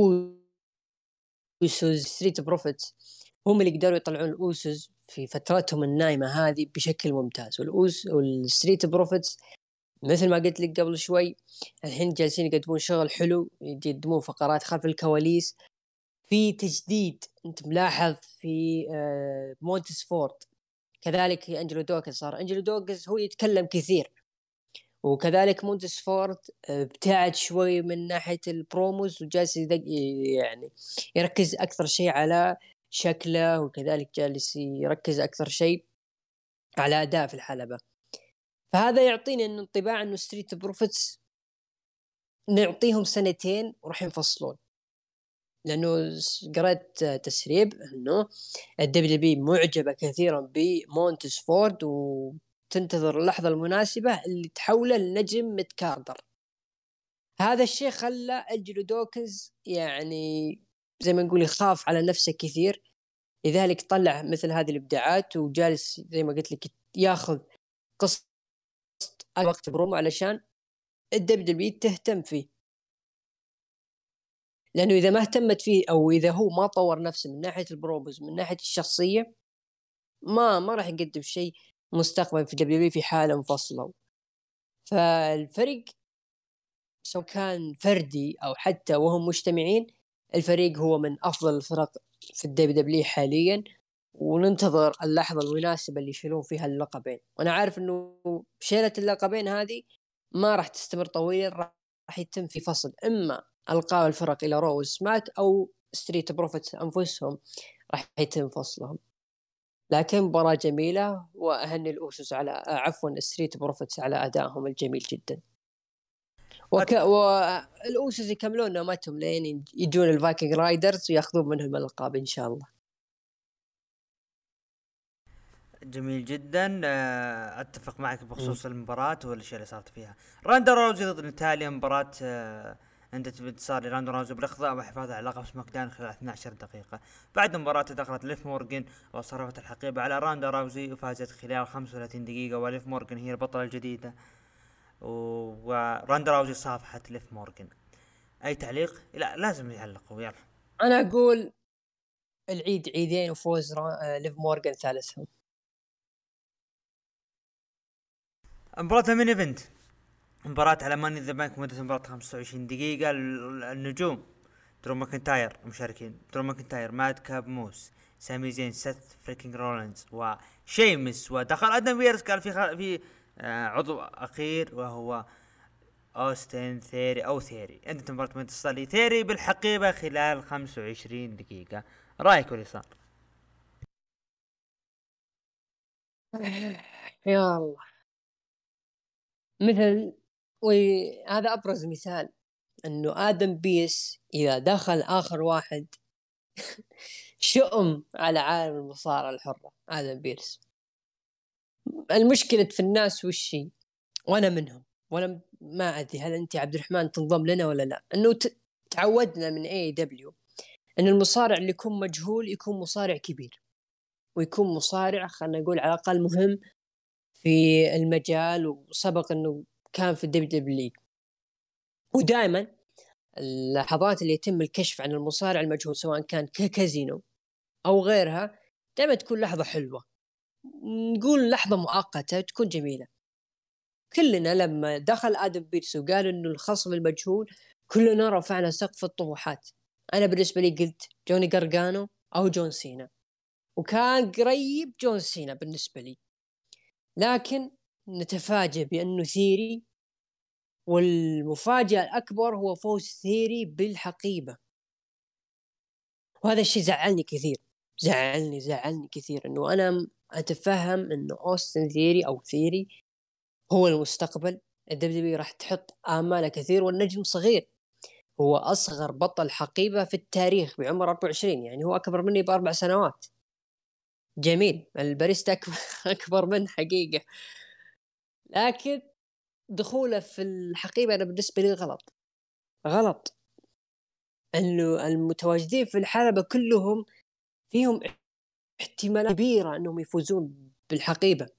الأوسوس ستريت بروفيتس هم اللي قدروا يطلعون الأوسوس في فترتهم النايمة هذه بشكل ممتاز، والأوس والستريت بروفيتس مثل ما قلت لك قبل شوي الحين جالسين يقدمون شغل حلو، يقدمون فقرات خلف الكواليس، في تجديد. انت ملاحظ في آه مونتس فورد، كذلك في أنجلو دوكس، صار أنجلو دوكس هو يتكلم كثير، وكذلك مونتس فورد ابتعد شوي من ناحية البروموز وجالس يعني يركز أكثر شيء على شكله، وكذلك جالس يركز أكثر شيء على أداء في الحلبة. فهذا يعطيني إن انطباع إنه ستريت بروفيتس نعطيهم سنتين وراح ينفصلون، لأنه قرأت تسريب إنه الدبليو بي معجبة كثيرا بمونتس فورد وتنتظر اللحظة المناسبة اللي تحوله لنجم متكاردر. هذا الشيء خلى أنجلو دوكنز يعني زي ما نقول يخاف على نفسه كثير، لذلك طلع مثل هذه الإبداعات وجالس زي ما قلت لك ياخذ قسط الوقت برومو علشان الدبليو تهتم فيه، لأنه إذا ما اهتمت فيه أو إذا هو ما طور نفسه من ناحية البروموز من ناحية الشخصية ما ما راح يقدم شيء مستقبل في دبليو في حالة منفصلة. فالفريق سواء كان فردي أو حتى وهم مجتمعين، الفريق هو من أفضل الفرق في الدبليو دبليو حاليا، وننتظر اللحظة المناسبة اللي يشيلون فيها اللقبين. وأنا عارف إنه شيلة اللقبين هذه ما راح تستمر طويلا، راح يتم في فصل إما ألقاب الفرق إلى رو وسماك أو ستريت بروفيتس أنفسهم راح يتم فصلهم. لكن مباراة جميلة، وأهني الأوسوس على عفوا ستريت بروفيتس على أدائهم الجميل جدا. وك... والأوسوس يكملون نومتهم لين يجون الفايكنج رايدرز وياخذون منهم الألقاب إن شاء الله. جميل جدا. اتفق معك بخصوص م. المباراة والاشياء اللي صارت فيها. راندا راوزي ضد ناتاليا، مباراة انتهت بانتصار لراندا راوزي بالاخضاع وحفاظها على لقب سماك داون خلال اثنتي عشرة دقيقة. بعد المباراة دخلت ليف مورغان وصرفت الحقيبة على راندا راوزي وفازت خلال خمسة وثلاثين دقيقة، وليف مورغان هي البطلة الجديدة، وراندا راوزي صافحت ليف مورغان. اي تعليق؟ لا لازم يعلقوا. يلا انا اقول العيد عيدين وفوز را... ليف مورغان ثالثهم. مباراة المين ايفنت، مباراة على ماني ذا بانك مدة مباراة خمسة وعشرين دقيقة. النجوم درو ماكنتاير مشاركين، درو ماكنتاير، ماد كاب موس، سامي زين، سيث فريكينج رولينز وشيمس، ودخل ادم بيرس قال في خل... في آه عضو اخير وهو اوستن ثيري او ثيري. انت مباراة منتصر لي ثيري بالحقيبة خلال خمسة وعشرين دقيقة. رايك واللي صار؟ يا الله، مثل وهذا ابرز مثال انه ادم بيس اذا دخل اخر واحد شؤم على عالم المصارعة الحرة. ادم بيرس المشكلة في الناس والشي، وانا منهم، وانا ما ادري هل انت عبد الرحمن تنضم لنا ولا لا، انه ت... تعودنا من اي دبليو ان المصارع اللي يكون مجهول يكون مصارع كبير، ويكون مصارع خلينا نقول على الاقل مهم في المجال، وسبق انه كان في الدبليو دبليو. ودائما اللحظات اللي يتم الكشف عن المصارع المجهول سواء كان كازينو او غيرها دائما تكون لحظة حلوة، نقول لحظة مؤقتة تكون جميلة. كلنا لما دخل آدم بيرس وقال إنه الخصم المجهول كلنا رفعنا سقف الطموحات. أنا بالنسبة لي قلت جوني غارغانو أو جون سينا، وكان قريب جون سينا بالنسبة لي، لكن نتفاجأ بأنه ثيري، والمفاجأة الأكبر هو فوز ثيري بالحقيبة. وهذا الشيء زعلني كثير، زعلني زعلني كثير إنه أنا أتفهم إنه أوستن ثيري أو ثيري هو المستقبل. الدبليو راح تحط آمال كثير، والنجم صغير، هو أصغر بطل حقيبة في التاريخ بعمر أربعة وعشرين، يعني هو أكبر مني بأربع سنوات. جميل، الباريستا أكبر, أكبر من حقيقة، لكن دخوله في الحقيبة أنا بالنسبة لي غلط غلط. إنه المتواجدين في الحلبة كلهم فيهم احتمالات كبيرة أنهم يفوزون بالحقيبة.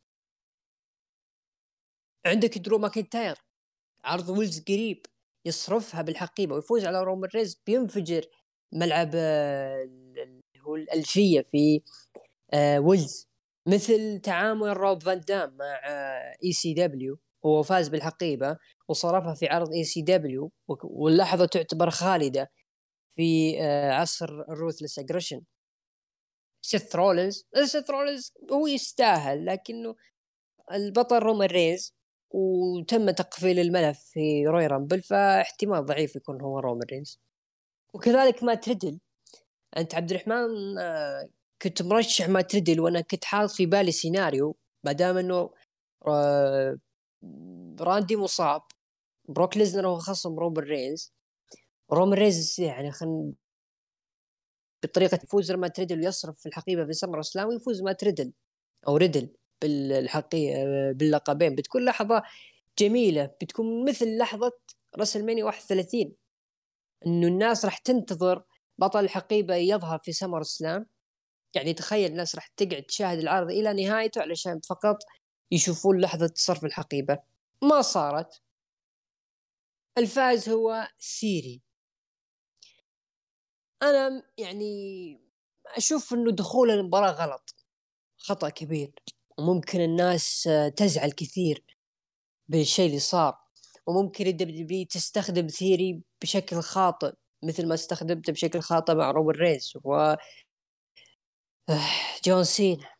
عندك درو ماكنتاير، عرض ويلز قريب يصرفها بالحقيبة ويفوز على رومان ريز، بينفجر ملعب هو الألفية في ويلز. مثل تعامل روب فان دام مع اي سي دبليو، هو فاز بالحقيبة وصرفها في عرض اي سي دبليو، واللحظة تعتبر خالدة في عصر الروثلس اجريشن. سيث رولينز سيث رولينز هو يستاهل، لكنه البطل رومان ريز، وتم تقفيل الملف في روي رامبل، فاحتمال ضعيف يكون هو رومان رينز. وكذلك ما تريدل، أنت عبد الرحمن كنت مرشح ما تريدل، وأنا كنت حاط في بالي سيناريو مادام أنه راندي مصاب، بروك ليزنر هو خصم رومان رينز، رومان رينز يعني خل بطريقة يفوز ما تريدل ويصرف في الحقيبة في سمر اسلام ويفوز ما تريدل أو ريدل بالحقيقة باللقبين. بتكون لحظة جميلة، بتكون مثل لحظة راسلمانيا واحد وثلاثين، إنه الناس راح تنتظر بطل الحقيبة يظهر في سمر اسلام. يعني تخيل الناس راح تقعد تشاهد العرض إلى نهايته علشان فقط يشوفون لحظة صرف الحقيبة. ما صارت. الفائز هو ثيري. أنا يعني أشوف إنه دخول المباراة غلط، خطأ كبير، وممكن الناس تزعل كثير بالشيء اللي صار، وممكن الدبليو تستخدم ثيري بشكل خاطئ مثل ما استخدمته بشكل خاطئ مع رومان رينز و جون سينا،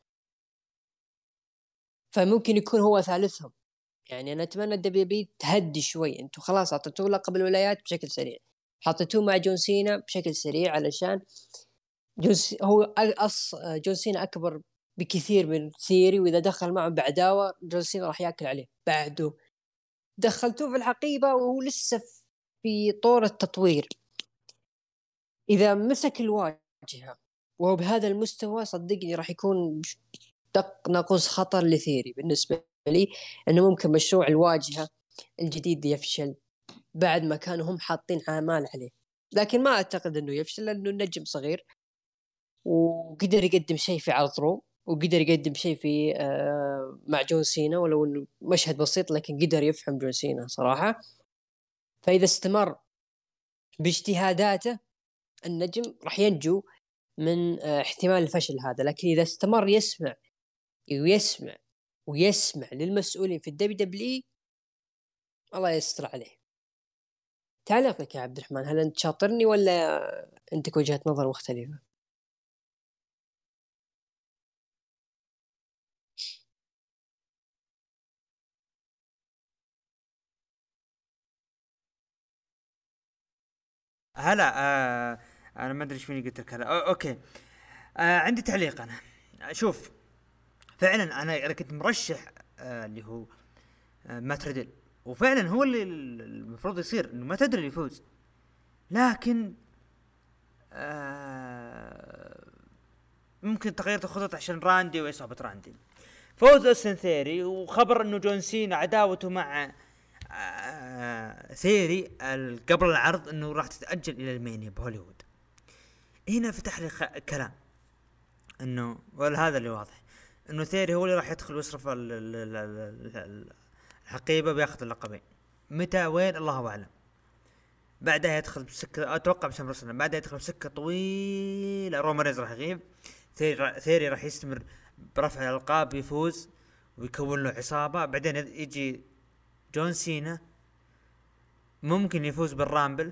فممكن يكون هو ثالثهم. يعني أنا أتمنى الدبليو تهدي شوي، أنتوا خلاص أعطيتوه لقب الولايات بشكل سريع، حطيتوه مع جون سينا بشكل سريع علشان جون سي... هو أص جون سينا أكبر بكثير من ثيري، وإذا دخل معه بعداوة جون سينا راح يأكل عليه. بعده دخلتوه في الحقيبة وهو لسه في طور التطوير، إذا مسك الواجهة وهو بهذا المستوى صدقني راح يكون دق ناقوس خطر لثيري بالنسبة لي، أنه ممكن مشروع الواجهة الجديد يفشل بعد ما كانوا هم حاطين آمال عليه. لكن ما أعتقد أنه يفشل، لأنه النجم صغير وقدر يقدم شيء في عرض رو، وقدر يقدم شيء في آه مع جون سينا، ولو أنه مشهد بسيط لكن قدر يفهم جون سينا صراحة. فإذا استمر باجتهاداته النجم راح ينجو من احتمال الفشل هذا. لكن إذا استمر يسمع ويسمع ويسمع للمسؤولين في الدبليو دبليو الله يستر عليه. تعليقك يا عبد الرحمن، هل أنت شاطرني ولا عندك وجهة نظر مختلفة؟ هلا. آه انا ما ادري ايش فيني قلت لك هلا. اوكي. آه عندي تعليق. انا شوف، فعلا انا انا كنت مرشح آه اللي هو آه ما تريدل، وفعلا هو اللي المفروض يصير انه ما تدري يفوز، لكن آه ممكن تغيرت الخطط عشان راندي وإصابة راندي. فوز أوستن ثيري، وخبر انه جون سينا عداوته مع آه ثيري قبل العرض انه راح تتأجل الى المانيا بهوليوود. هنا فتح لي خ... كلام انه ولا هذا اللي واضح انه ثيري هو اللي راح يدخل ويصرف ال- ال- ال- ال- ال- الحقيبه، بياخذ اللقبين. متى وين الله اعلم. بعدها يدخل بسكه، اتوقع بسمر سلام، بعدها يدخل بسكه طويله. رومان ريز راح يغيب، ثيري ثيري راح يستمر برفع الالقاب، يفوز ويكون له عصابه. بعدين يجي جون سينا، ممكن يفوز بالرامبل.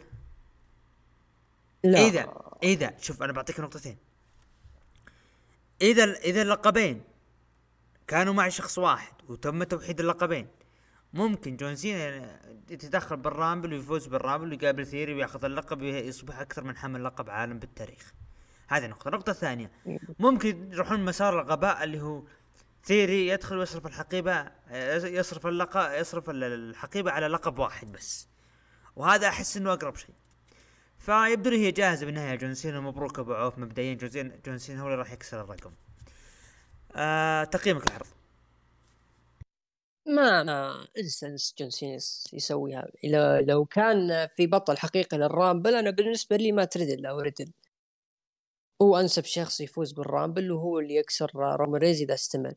لا اذا اذا شوف انا بعطيك نقطتين. اذا اذا اللقبين كانوا مع شخص واحد وتم توحيد اللقبين، ممكن جون سينا يتدخل بالرامبل ويفوز بالرامبل ويقابل ثيري وياخذ اللقب، ويصبح اكثر من حامل لقب عالم بالتاريخ. هذه نقطة. النقطة الثانية، ممكن يروحون مسار الغباء اللي هو ثيري يدخل ويصرف الحقيبة، يصرف اللقب، يصرف الحقيبة على لقب واحد بس، وهذا احس انه اقرب شيء. فيبدو لي هي جاهزة بالنهاية جون سينا. مبروك ابو عوف، مبدئيا جون سينا جون سينا هو اللي راح يكسر الرقم. آه تقييمك العرض؟ ما ما انسى انسى جون سينا يسويها. لو لو كان في بطل حقيقي للرامبل، انا بالنسبه لي ما تريدل او ريدل هو انسب شخص يفوز بالرامبل، وهو اللي يكسر رومان ريز اذا استمر.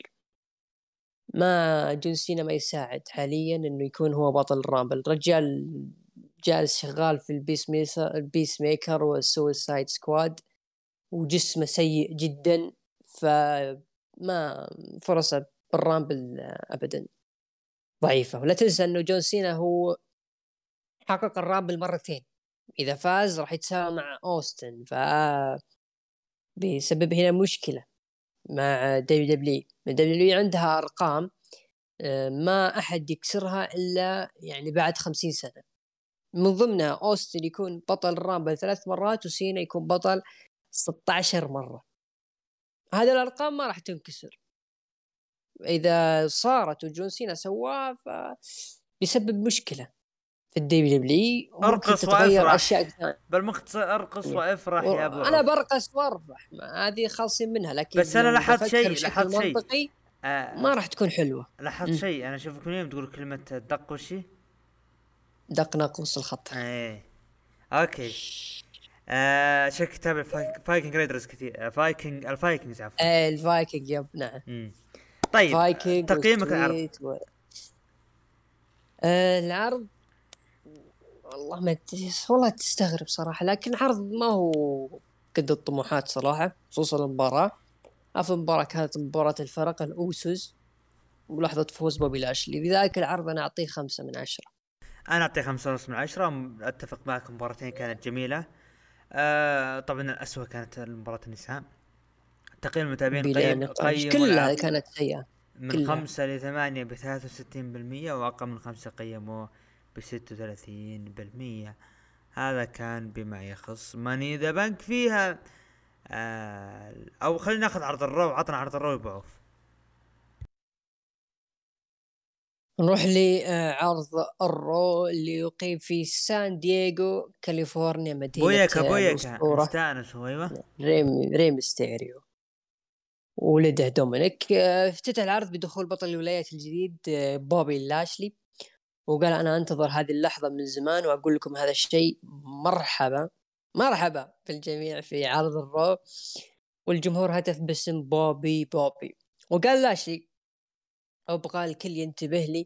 ما جون سينا ما يساعد حاليا انه يكون هو بطل الرامبل. رجال جالس شغال في البيس ميكر البيس ميكر والسويسايد سكواد، وجسمه سيء جدا، فما فرصه بالرامبل ابدا ضعيفه. ولا تنسى انه جون سينا هو حقق الرامبل مرتين، اذا فاز راح يتساوى مع اوستن، ف بيسبب هنا مشكله مع دبليو دبليو. دبليو عندها ارقام ما أحد يكسرها إلا يعني بعد خمسين سنة، من ضمنها أوستن يكون بطل الرامبل ثلاث مرات، وسينا يكون بطل ستة عشر مرة. هذه الأرقام ما راح تنكسر. إذا صارت وجون سينا سواها فبيسبب مشكلة في الدبليو دبليو، وممكن ارقص تتغير أشياء وافرح، ثانية. بالمختصر ارقص وافرح يا ابو أنا عوف. برقص وأرفح، هذه خالصين منها، لكن بس انا لو لاحظت بفكر شيء، بشكل لاحظت شيء منطقي آه ما راح تكون حلوة. لاحظت م. شيء انا اشوفك من يوم تقول كلمة دق وشي. دق ناقوس الخطر. ايه اوكي. آه شك تابع فايكنج رايدرز كثير. آه فايكنج الفايكنجز عفوا. آه الفايكنج يب نعم. مم. طيب آه فايكنج تقييمك العرض؟ و... آه العرض والله ما تس... والله تستغرب صراحة، لكن عرض ما هو قد الطموحات صراحة، خصوصا المباراة. أفضل مباراة كانت مباراة الفرق الأوسوس ولحظة فوز بوبي لاشلي. لذلك العرض أنا أعطيه خمسة من عشرة. انا اعطيه خمسة ونص من عشرة. اتفق معك، مباراتين كانت جميلة. آه طبعا الأسوأ كانت مباراة النساء. تقييم المتابعين بلا قيم نقاش قيموا كلها العرض كانت سيئة من كلها. خمسة لثمانية بثلاثة وستين بالمية، وأقل من خمسة قيموه بستة وثلاثين بالمية. هذا كان بما يخص ماني ذا بنك فيها. آه أو خلينا ناخذ عرض الرو. عطنا عرض الرو بعوف. نروح لعرض الرو اللي يقيم في سان دييغو كاليفورنيا، مدينة بويكا بويكا الأسطورة نستانس ايوه. ريم ريم ستيريو ولده دومينيك. آه، افتتح العرض بدخول بطل الولايات الجديد آه، بوبي لاشلي، وقال أنا أنتظر هذه اللحظة من زمان وأقول لكم هذا الشيء. مرحبا مرحبا بالجميع في عرض الرو، والجمهور هتف باسم بوبي بوبي. وقال لاشلي أبغى الكل ينتبه لي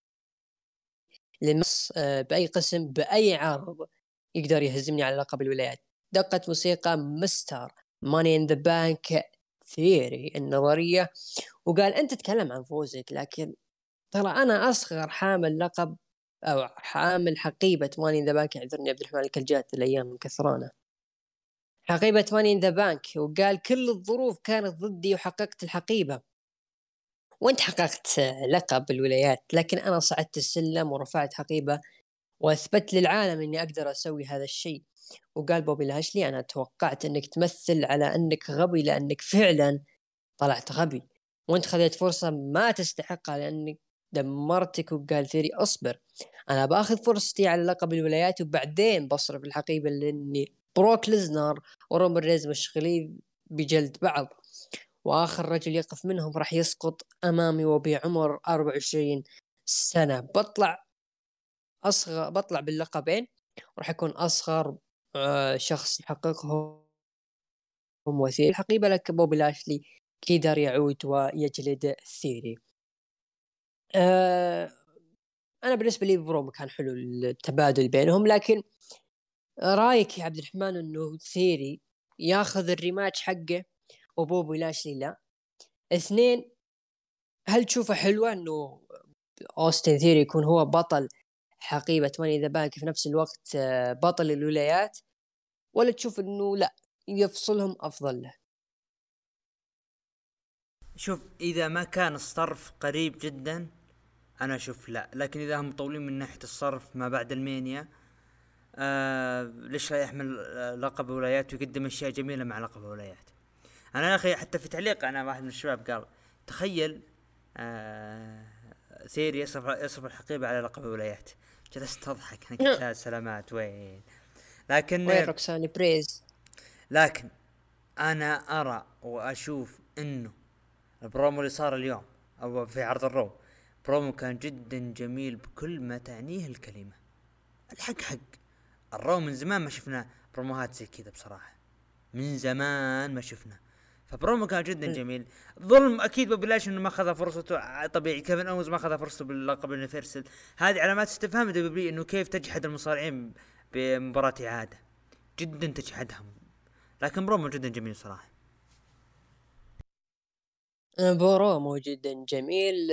للنص آه، بأي قسم بأي عرض يقدر يهزمني على لقب الولايات. دقت موسيقى مستر ماني ان ذا بانك ثيري النظرية، وقال أنت تتكلم عن فوزك، لكن ترى أنا أصغر حامل لقب أو حامل حقيبة ماني إن ذا بانك. اعذرني عبد الرحمن الكلجات، الأيام مكثرانة حقيبة ماني إن ذا بانك. وقال كل الظروف كانت ضدي وحققت الحقيبة، وانت حققت لقب الولايات، لكن أنا صعدت السلم ورفعت حقيبة وأثبت للعالم أني أقدر أسوي هذا الشيء. وقال بوبي لاشلي أنا توقعت أنك تمثل على أنك غبي، لأنك فعلا طلعت غبي، وانت خذيت فرصة ما تستحقها لأنك دمرتك. وقال ثيري أصبر، أنا بأخذ فرصتي على لقب الولايات وبعدين بصرف الحقيبة، لأني بروك ليزنر ورومان ريز مشغلين بجلد بعض، وآخر رجل يقف منهم راح يسقط أمامي وبعمر أربعة وعشرين سنة. بطلع أصغر بطلع باللقبين، وراح يكون أصغر آه شخص يحققهم وثير الحقيبة لك بوبي لاشلي قدر يعود ويجلد ثيري. أه أنا بالنسبة لي برومو كان حلو التبادل بينهم، لكن رايك يا عبد الرحمن إنه ثيري ياخذ الريماتش حقه وبوبي لاشلي لا؟ اثنين، هل تشوفه حلوة إنه أوستن ثيري يكون هو بطل حقيبة ماني ذا بانك في نفس الوقت بطل الولايات، ولا تشوف إنه لا يفصلهم أفضل له؟ شوف، اذا ما كان الصرف قريب جدا انا اشوف لا، لكن اذا هم مطولين من ناحيه الصرف ما بعد المانيا، آه ليش لا يحمل آه، لقب ولايات ويقدم اشياء جميله مع لقب ولايات. انا يا اخي حتى في تعليق انا واحد من الشباب قال تخيل آه ثيري يصرف يصرف الحقيبه على لقب ولايات، جلست اضحك انا قلت لا سلامات وين. وين لكن روكساني بريز؟ لكن انا ارى واشوف انه البرومو اللي صار اليوم او في عرض الرو برومو كان جدا جميل بكل ما تعنيه الكلمة. الحق حق الرو من زمان ما شفنا بروموهات زي كذا بصراحة، من زمان ما شفنا. فبرومو كان جدا جميل. ظلم اكيد ببلاش انه ما اخذ فرصته، طبيعي كيفن اونز ما اخذ فرصته باللقب اليونيفرسال. هذه علامات استفهام دبليو انه كيف تجحد المصارعين بمباراة اعادة، جدا تجحدهم. لكن برومو جدا جميل صراحة. برومو جدا جميل.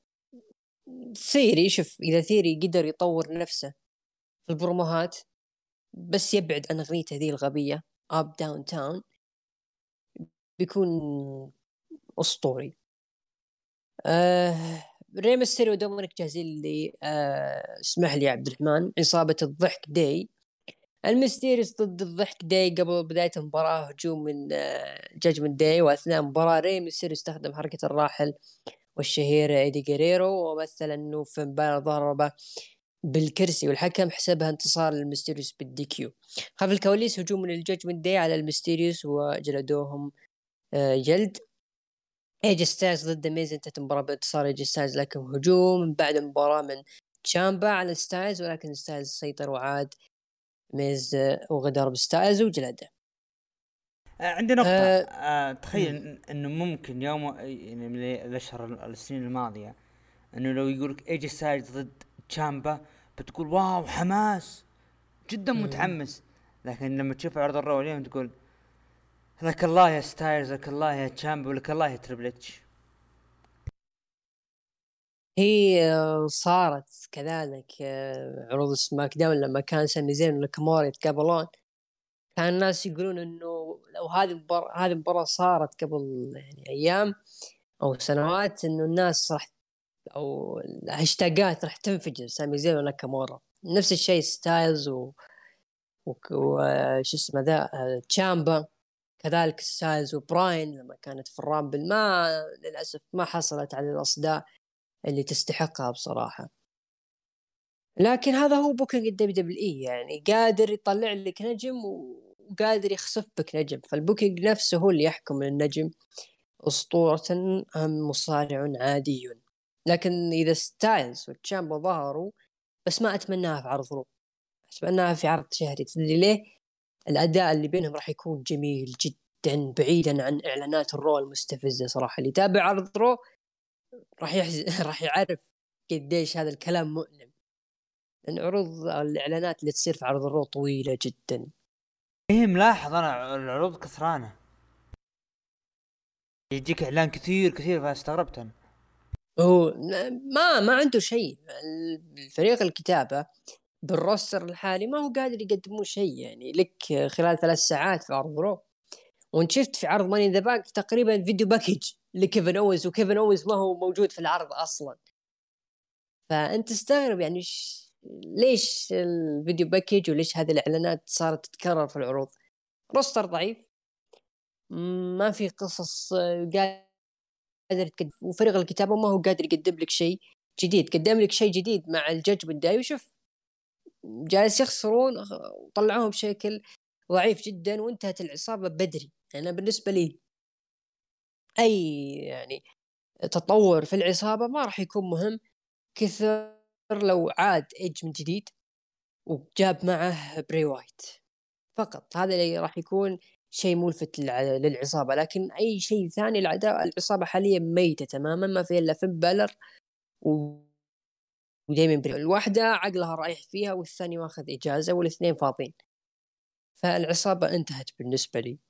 ثيري شوف، إذا ثيري قدر يطور نفسه في البروموهات بس يبعد عن أغنيته ذي الغبية أب داون تاون بيكون أسطوري. آه ري ميستيريو ودومينيك جاهزين لي. آه اسمح لي يا عبد الرحمن، إصابة الضحك داي. الميستيريوس ضد الضحك داي قبل بداية المباراة، هجوم من آه جاجمنت داي، وأثناء المباراة ري ميستيريو استخدم حركة الراحل والشهير ايدي جيريرو، ومثل انه فين بالر ضربه بالكرسي والحكم حسبها انتصار للميستيريوس بالدي كيو. خلف الكواليس هجوم من الجاجمنت داي على الميستيريوس وجلدوهم آه جلد. ايجي ستايلز ضد ميز انتهت المباراة بانتصار ايجي ستايلز، لكن هجوم بعد المباراة من تشامبا على ستايلز، ولكن ستايلز سيطر وعاد ميز آه وغدر بستايلز وجلده. آه عندي نقطة. آه آه تخيل إن- انه ممكن يوم يعني من الاشهر السنين الماضية انه لو يقولك ايجي ستايلز ضد تشامبا بتقول واو حماس جدا متحمس. لكن لما تشوف عرض الرو اليوم تقول لك الله يا ستايلز، لك الله يا تشامبا، ولك الله يا تريبل اتش. هي آه، صارت كذلك آه، عروض سماك داون لما كان سامي زين وناكامورا يتقابلون، كان الناس يقولون انه لو هذه المباراة هذه المباراة صارت قبل يعني ايام او سنوات انه الناس راح او الهاشتاجات راح تنفجر سامي زين وناكامورا. نفس الشيء ستايلز و وش اسمه ذا آه، تشامبا، كذلك ستايلز وبراين لما كانت في الرامبل ما للاسف ما حصلت على الاصداء اللي تستحقها بصراحة. لكن هذا هو بوكينج الدبليو دبليو اي، يعني قادر يطلع لك نجم وقادر يخسف بك نجم، فالبوكينج نفسه هو اللي يحكم النجم أسطورة أم مصارع عادي. لكن إذا ستايلز وتشامبا ظهروا، بس ما أتمناها في عرض رو، أتمناها في عرض شهري. تدري ليه؟ الأداء اللي بينهم راح يكون جميل جدا بعيدا عن إعلانات الرو المستفزة صراحة. اللي يتابع عرض رو راح يحز... راح يعرف قديش هذا الكلام مؤلم، لأن عروض الإعلانات اللي تصير في عرض الرو طويلة جدا. ايه ملاحظ انا العروض كثرانة، يجيك اعلان كثير كثير فاستغربت انا. هو ما ما عنده شيء الفريق الكتابة بالروستر الحالي، ما هو قادر يقدمون شيء يعني لك خلال ثلاث ساعات في عرض رو. وانت شفت في عرض ماني ذا باك تقريبا فيديو باكج لكيفن اويز، وكيفن اويز ما هو موجود في العرض اصلا. فانت تستغرب يعني ش... ليش الفيديو باكج وليش هذه الاعلانات صارت تتكرر في العروض؟ روستر ضعيف، ما في قصص قادر تقدم، وفريق الكتابة ما هو قادر يقدم لك شيء جديد. قدم لك شيء جديد مع الجاجمنت داي وشوف جالس يخسرون وطلعوهم بشكل ضعيف جدا وانتهت العصابة بدري. أنا بالنسبة لي أي يعني تطور في العصابة ما راح يكون مهم كثر لو عاد إيج من جديد وجاب معه بري وايت فقط. هذا اللي راح يكون شيء ملفت للعصابة، لكن أي شيء ثاني العداء العصابة حاليا ميتة تماما، ما في إلا فين بالر و... ودايما بري. الواحدة عقلها رايح فيها والثاني واخذ إجازة والاثنين فاضين، فالعصابة انتهت بالنسبة لي.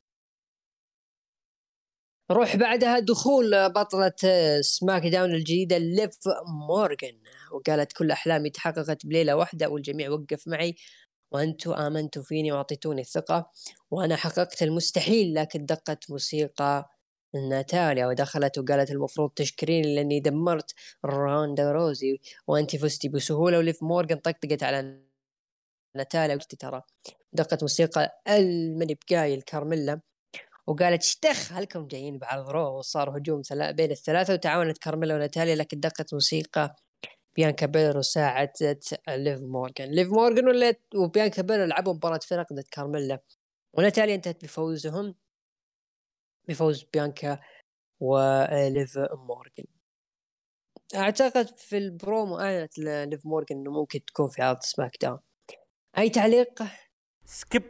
روح بعدها دخول بطلة سماك داون الجديدة ليف مورغان، وقالت كل أحلامي تحققت بليلة واحدة والجميع وقف معي وأنتم آمنتوا فيني وأعطيتوني الثقة وأنا حققت المستحيل. لكن دقت موسيقى ناتاليا ودخلت وقالت المفروض تشكريني لأني دمرت روندا روزي وأنت فزتي بسهولة. وليف مورغان طقطقت على ناتاليا وقلت ترى دقت موسيقى المني بقايل كارميلا وقالت اشتخ هلكم جايين بعرض رو، وصار هجوم بين الثلاثة وتعاونت كارميلا وناتاليا لكن دقت موسيقى بيانكا بيلر وساعدت ليف مورغان. ليف مورغان ولا وبيانكا بيلر لعبوا مباراة فرق ضد كارميلا وناتاليا انتهت بفوزهم بفوز بيانكا وليف مورغان. اعتقد في البرومو اعلنت ليف مورغان انه ممكن تكون في عرض سماك داون. اي تعليق؟ سكيب.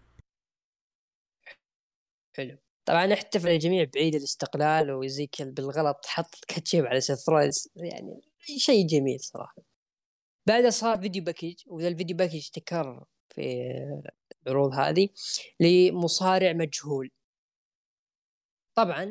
حلو. طبعا احتفل الجميع بعيد الاستقلال ويزيكل بالغلط حط كاتشيب على سيث رولينز، يعني شيء جميل صراحة. بعدها صار فيديو باكيج، وذا الفيديو باكيج تكرر في العروض هذه لمصارع مجهول. طبعا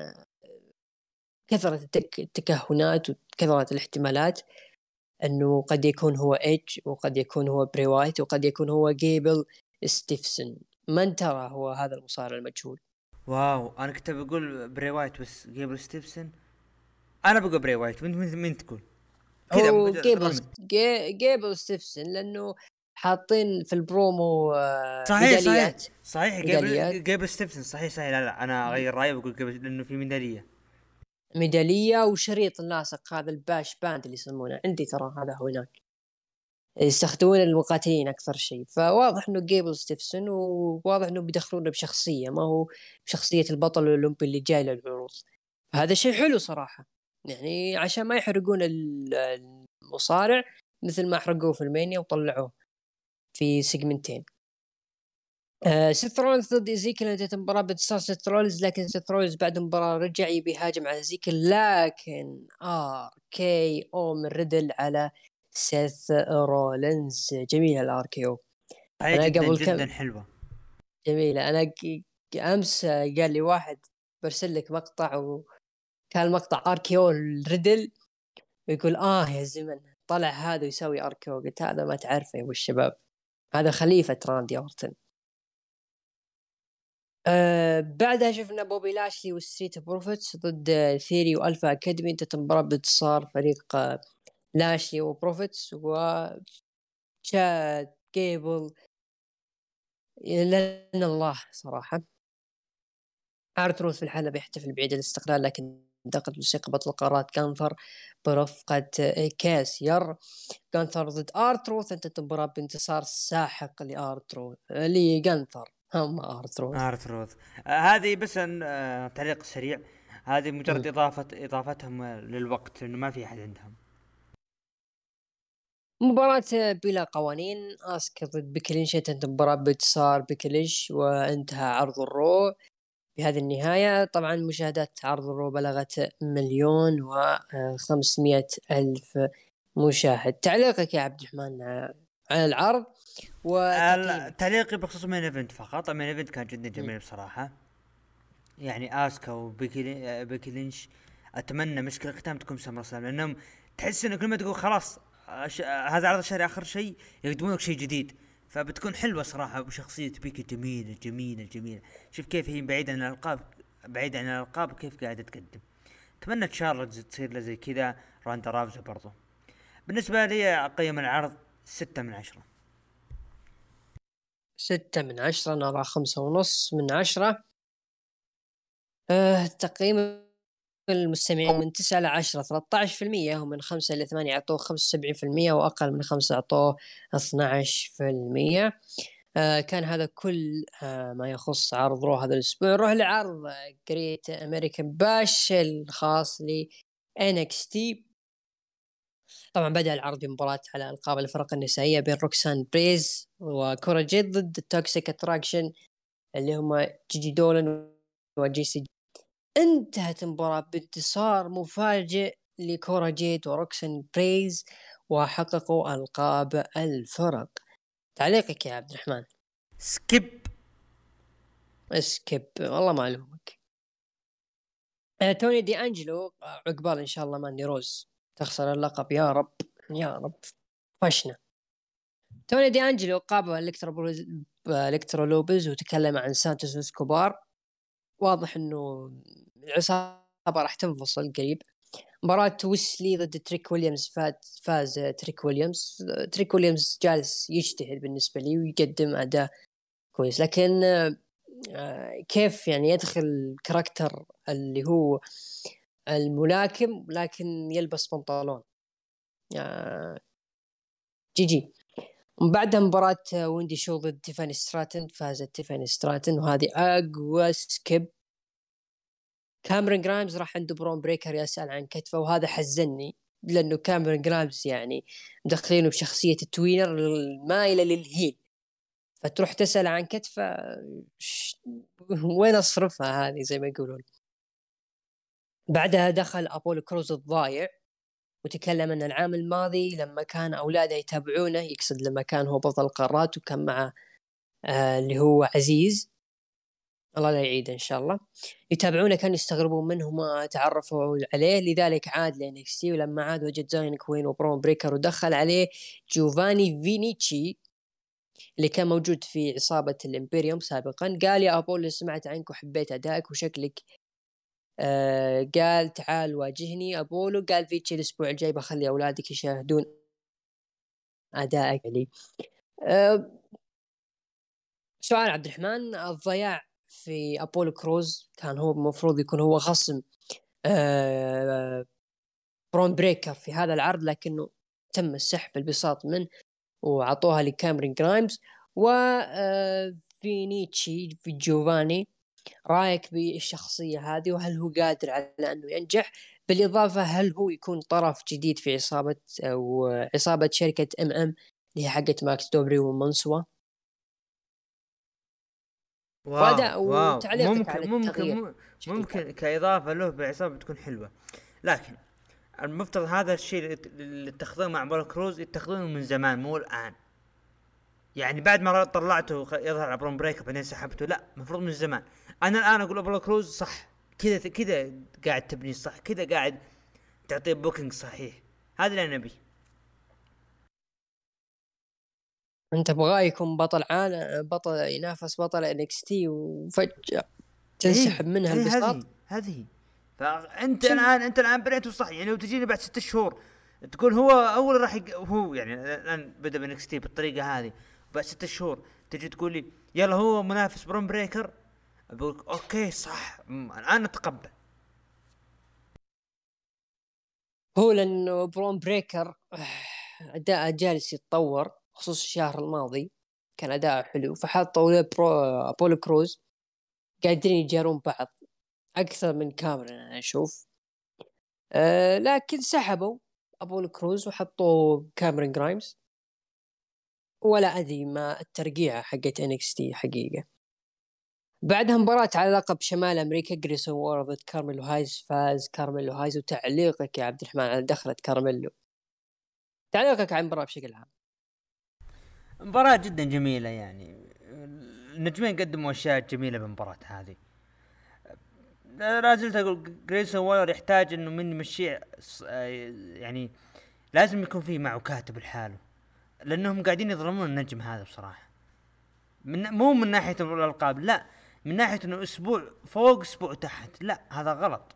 كثرت التكهنات وكثرت الاحتمالات انه قد يكون هو ايدج وقد يكون هو بري وايت وقد يكون هو جيبل ستيفسون. من ترى هو هذا المصارع المجهول؟ واو، انا كنت بقول بري وايت بس جيبل ستيفسون. انا بقول بري وايت. من من, من تقول كذا؟ هو جيبل جي جيبل ستيفسون لانه حاطين في البرومو صحيح ميداليات. صحيح صحيح جيبل جيبل ستيفسون صحيح صحيح. لا لا انا اغير رايي بقول جيبل لانه في ميداليه ميداليه وشريط اللاصق، هذا الباش باند اللي يسمونه عندي ترى هذا هناك يستخدمون المقاتلين اكثر شيء. فواضح انه جيبل ستيفسون وواضح انه بيدخلونه بشخصيه ما هو بشخصيه البطل الاولمبي اللي جاي للعروض. هذا شيء حلو صراحه، يعني عشان ما يحرقون المصارع مثل ما حرقوه في المانيا وطلعوه في سيجمنتين. آه سيث رولز ضد إيزيكيل انتهت المباراة بانتصار سيث رولز، لكن سيث رولز بعد المباراة رجع يبي يهاجم على إيزيكيل لكن ار كي او من ريدل على سيث رولينز. جميلة الار كي او. انا انا جدا قبل جدا كم حلوه جميلة. انا ك... امس قال لي واحد برسل لك مقطع وكان مقطع ار كي او الريدل ويقول اه يا زمن طلع هذا يسوي ار كي او. قلت هذا ما تعرفه يا ابو الشباب، هذا خليفة راندي اورتن. أه بعدها شفنا بوبي لاشلي والستريت بروفيتس ضد ثيري والفا اكاديمي. انتهت المباراة بانتصار فريق لاشلي وبروفيتس وشاد كيبل لأن الله صراحة. ارتروث في الحالة بيحتفل بعيد الاستقلال لكن دقت موسيقى بطل القارات كانثر برفقة كاسير. كانثر ضد ارتروث. انتهت المباراة بانتصار ساحق لارتروث لجانثر هم ارتروث. ارثروث. آه هذه بس آه تعليق سريع. هذه مجرد اضافه اضافتهم للوقت لانه ما في احد عندهم. مباراة بلا قوانين اسكا ضد بيكلينش. انتهت المباراة بانتصار بيكلينش وانتهى عرض الرو بهذه النهاية. طبعا مشاهدات عرض الرو بلغت مليون وخمسمائة ألف مشاهد. تعليقك يا عبد الرحمن على العرض وتقييمك؟ تعليقي بخصوص مين ايفنت فقط. مين ايفنت كان جدا جميل بصراحة. يعني اسكا وبيكلينش اتمنى مشكلة الختام تكون سمر سلام لانهم تحس انه كل ما تقول خلاص أش... هذا عرض الشهر اخر شيء يقدمون لك شيء جديد، فبتكون حلوة صراحة. بشخصية بيكي جميلة جميلة جميلة. شوف كيف هي بعيدة عن الالقاب بعيدة عن الالقاب كيف قاعدة تقدم. اتمنى تشارلز تصير له زي كذا. راندا رافزا برضو. بالنسبة لي اقيم العرض ستة من عشرة. ستة من عشرة. نرى خمسة ونص من عشرة. أه تقييم المستمعين من تسعة إلى عشرة ثلاثة عشر في المية، ومن خمسة إلى ثمانية أعطوه خمسة وسبعين في المية، وأقل من خمسة أعطوه اثنا عشر في المية. آه كان هذا كل آه ما يخص عرض رو هذا الأسبوع. نروح لعرض جريت أمريكان باش الخاص ل إن إكس تي. طبعا بدأ العرض بمباراة على ألقاب الفرق النسائية بين روكسان بريز وكورا جيد ضد التوكسيك اتراكشن اللي هم جيجي دولن وجي سي. انتهت المباراة بانتصار مفاجئ لكورا جيد وروكسن بريز، وحققوا ألقاب الفرق. تعليقك يا عبد الرحمن؟ سكيب. اسكيب والله معلومك. آه، توني دي أنجلو عقبال إن شاء الله ماندي روز تخسر اللقب، يا رب يا رب. فشنا. توني دي أنجلو قابل الكترو الكترو لوبز وتكلم عن سانتوس اسكوبار. واضح انه العصابة راح تنفصل قريب. مباراة ويسلي ضد تريك ويليامز، فاز فاز تريك ويليامز. تريك ويليامز جالس يجتهد بالنسبة لي ويقدم أداء كويس، لكن آه، كيف يعني يدخل كاركتر اللي هو الملاكم لكن يلبس بنطلون؟ آه، جي جي. بعدها مباراة ويندي شو ضد تيفاني ستراتن، فازت تيفاني ستراتن وهذه أقوى سكيب. كاميرون جرايمز راح عنده برون بريكر يسأل عن كتفه، وهذا حزني لأنه كاميرون جرايمز يعني مدخلينه بشخصية التوينر المائلة للهيل، فتروح تسأل عن كتفه ش... وين أصرفها هذه زي ما يقولون. بعدها دخل أبولو كروز الضايع وتكلم أن العام الماضي لما كان أولاده يتابعونه، يقصد لما كان هو بطل القارات وكان مع آه اللي هو عزيز، الله لا يعيد إن شاء الله، يتابعونه كانوا يستغربون منه ما تعرفوا عليه، لذلك عاد لإنكستي. ولما عاد وجد زاين كوين وبرون بريكر ودخل عليه جوفاني فينيتشي اللي كان موجود في عصابة الإمبريوم سابقا. قال يا أبولو سمعت عنك وحبيت أدائك وشكلك. آه قال تعال واجهني أبولو. قال فيتشي الأسبوع الجاي بخلي أولادك يشاهدون أدائك لي. آه سؤال عبد الرحمن، الضياع في أبولو كروز كان هو المفروض يكون هو خصم آه برون بريكر في هذا العرض، لكنه تم السحب البساط منه وعطوها لكاميرون جرايمز. وفينيتشي في جوفاني، رايك بالشخصية هذه وهل هو قادر على أنه ينجح؟ بالإضافة هل هو يكون طرف جديد في عصابة أو عصابة شركة ام ام اللي هي حقت ماكس دوبري ومنسوة؟ واو وأداء واو، وتعليقك ممكن على ممكن التغيير مم- بشكل ممكن كامل. كإضافة له بعصابة بتكون حلوة، لكن المفترض هذا الشيء اللي اتخذوه مع بول كروز يتخذونه من زمان مو الآن. يعني بعد ما طلعته خ- يظهر على برون بريك بعدين سحبته، لا مفروض من زمان. انا الان اقول ابولو كروز صح كذا كذا قاعد تبني صح كذا قاعد تعطيه بوكينج صحيح، هذا اللي انا نبي. أنت بغاه يكون بطل عالم، بطل ينافس بطل إنكستي وفجأة ايه تنسحب منها ايه هذه البساط؟ هذه فانت شوف، الان انت الان بنيته صح. يعني وتجيني بعد ستة شهور تقول هو اول راح يق... هو يعني الان بدا بنكستي بالطريقه هذه، بعد ستة شهور تجي تقول لي يلا هو منافس برون بريكر، اقول اوكي صح، م- الان اتقبل. هو لأنه برون بريكر أداء جالس يتطور، خصوص الشهر الماضي كان أداء حلو، فحطوا له برو أبولو كروز قاعدين يجارون بعض أكثر من كاميرون أنا أشوف. أه لكن سحبوا أبولو كروز وحطوا كاميرون جرايمز، ولا أدري ما الترقيعة حقت إن إكس تي حقيقة. بعدها مباراة على لقب شمال أمريكا، جريسون وور ضد كارميلو هايز، فاز كارميلو هايز. وتعليقك يا عبد الرحمن على دخلة كارميلو، تعليقك على المباراة بشكل عام؟ مباراة جدا جميلة، يعني النجمين قدموا اشياء جميلة بالمباراة هذه. لا زلت اقول جريسون وولر يحتاج انه من مشيع يعني لازم يكون فيه معه كاتب لحاله، لانهم قاعدين يظلمون النجم هذا بصراحة. من مو من ناحية الالقاب، لا، من ناحية انه اسبوع فوق اسبوع تحت، لا هذا غلط.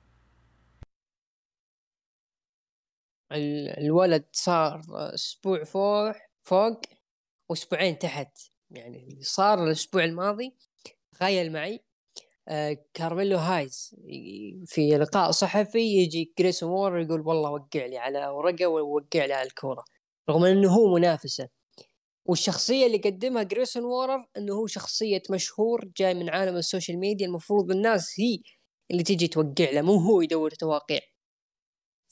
ال- الولد صار اسبوع فوق فوق واسبوعين تحت. يعني صار الاسبوع الماضي، تخيل معي، آه كارميلو هايز ي- في لقاء صحفي يجي جريسون وور يقول والله وقع لي على ورقه ووقع لي على الكوره، رغم انه هو منافسه. والشخصيه اللي قدمها جريسون وورر انه هو شخصيه مشهور جاي من عالم السوشيال ميديا، المفروض الناس هي اللي تيجي توقع له مو هو يدور تواقيع.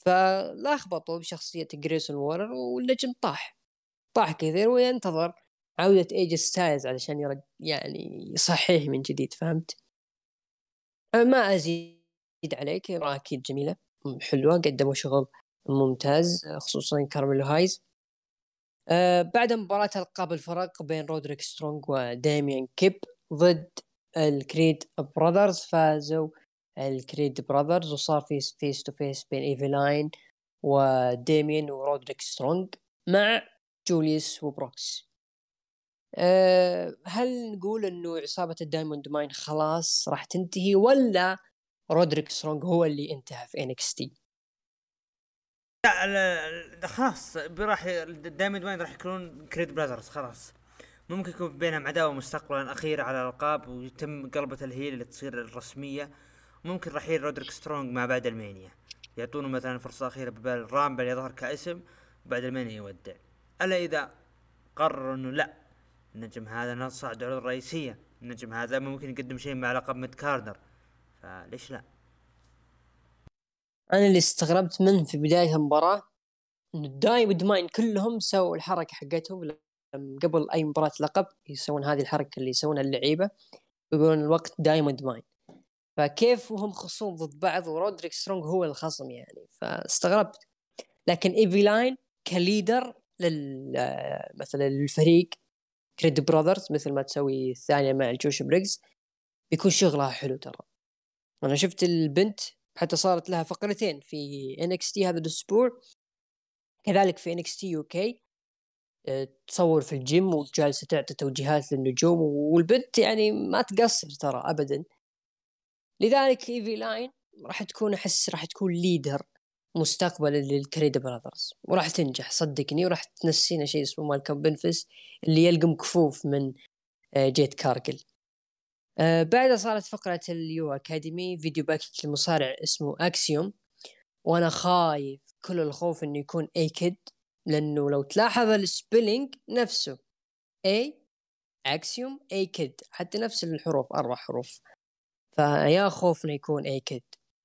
فلخبطوا بشخصية جريسون وورر والنجم طاح طاح كثير، وينتظر عودة ايج ستايلز علشان يرد يعني يصحيه من جديد. فهمت؟ ما ازيد عليك، اكيد جميلة حلوة، قدموا شغل ممتاز خصوصا كارميلو هايز. أه بعد مباراة ألقاب الفرق بين رودريك سترونج وداميان كيب ضد الكريد براذرز، فازوا الكريد براذرز وصار في فيس تو فيس بين ايفلاين وداميان ورودريك سترونج مع جوليوس وبروكس. أه هل نقول انه عصابة الدايموند ماين خلاص راح تنتهي، ولا رودريك سترونج هو اللي انتهى في إن إكس تي؟ لا خلاص راح دايموند ماين راح يكونون كريد براذرز خلاص. ممكن يكون بينهم عداوة مستقبلا أخيرة على الألقاب ويتم قلبة الهيل اللي تصير الرسمية. ممكن رحيل رودريك سترونج ما بعد المانيا، يعطونه مثلا فرصة أخيرة ببال رامبل يظهر كاسم بعد المانيا يودع. ألا إذا قرر إنه لا، النجم هذا نصعد العروض الرئيسية، النجم هذا ممكن يقدم شيء مع لقب ميد كاردر، فليش لا؟ انا اللي استغربت منه في بداية المباراة انه الدايموند ماين كلهم سووا الحركة حقتهم لما قبل اي مباراة لقب يسوون هذه الحركة اللي يسوونها اللعيبة، يقولون الوقت دايموند ماين. فكيف وهم خصوم ضد بعض ورودريك سترونج هو الخصم يعني؟ فاستغربت. لكن ايفي لاين كليدر لل مثلا للفريق كريد براذرز مثل ما تسوي الثانية مع الجوش بريكس بيكون شغلها حلو. ترى انا شفت البنت حتى صارت لها فقرتين في إن إكس تي هذا الاسبوع، كذلك في إن إكس تي يو كي تصور في الجيم وجالسة تعطي توجيهات للنجوم، والبنت يعني ما تقصر ترى أبدا. لذلك إيفي لاين راح تكون أحس راح تكون ليدر مستقبلا للكريد براذرز، وراح تنجح صدقني، وراح تنسينا شيء اسمه مالكم بنفس اللي يلقم كفوف من جيت كارجل. أه بعدها صارت فقرة اليو أكاديمي، فيديو باكج لمصارع اسمه أكسيوم، وأنا خايف كل الخوف إنه يكون أي كيد، لأنه لو تلاحظ السبيلينج نفسه A أكسيوم أي كيد، حتى نفس الحروف أربع حروف، فيا خوفنا يكون أي كيد.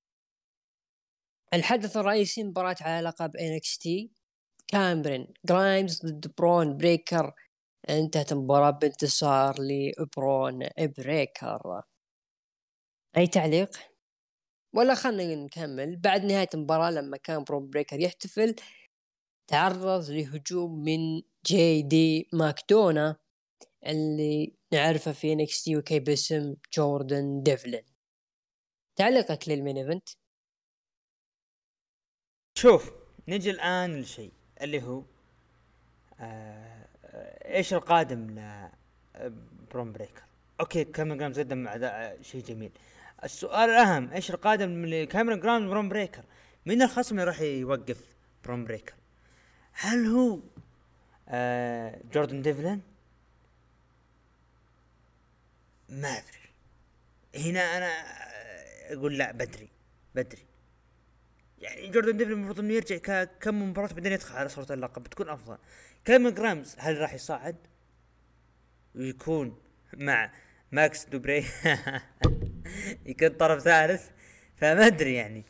الحدث الرئيسي مباراة على لقب إن إكس تي، كامبرين جرايمز ضد برون بريكر. انتهت المباراة بانتصار لبرون بريكر. أي تعليق؟ ولا خلنا نكمل. بعد نهاية المباراة لما كان برون بريكر يحتفل تعرض لهجوم من جي دي ماكدونا اللي نعرفه في إن إكس تي وكي باسم جوردن ديفلين. تعليقك للمين ايفنت؟ شوف نجي الآن لشيء اللي هو آه آه ايش القادم ل برون بريكر. اوكي كاميرون جرامز قدم مع ذا شيء جميل. السؤال الأهم ايش القادم لكاميرون جرامز برون بريكر؟ مين الخصم اللي راح يوقف برون بريكر؟ هل هو آه جوردن ديفلين؟ ما ادري. هنا انا اقول لا، بدري بدري. يعني جوردن ديفلين المفروض انه يرجع كم مباراة بعدين يدخل على صورة اللقب بتكون افضل. كاميرون جرامز هل راح يصعد ويكون مع ماكس دوبري يكون طرف ثالث؟ فما ادري يعني.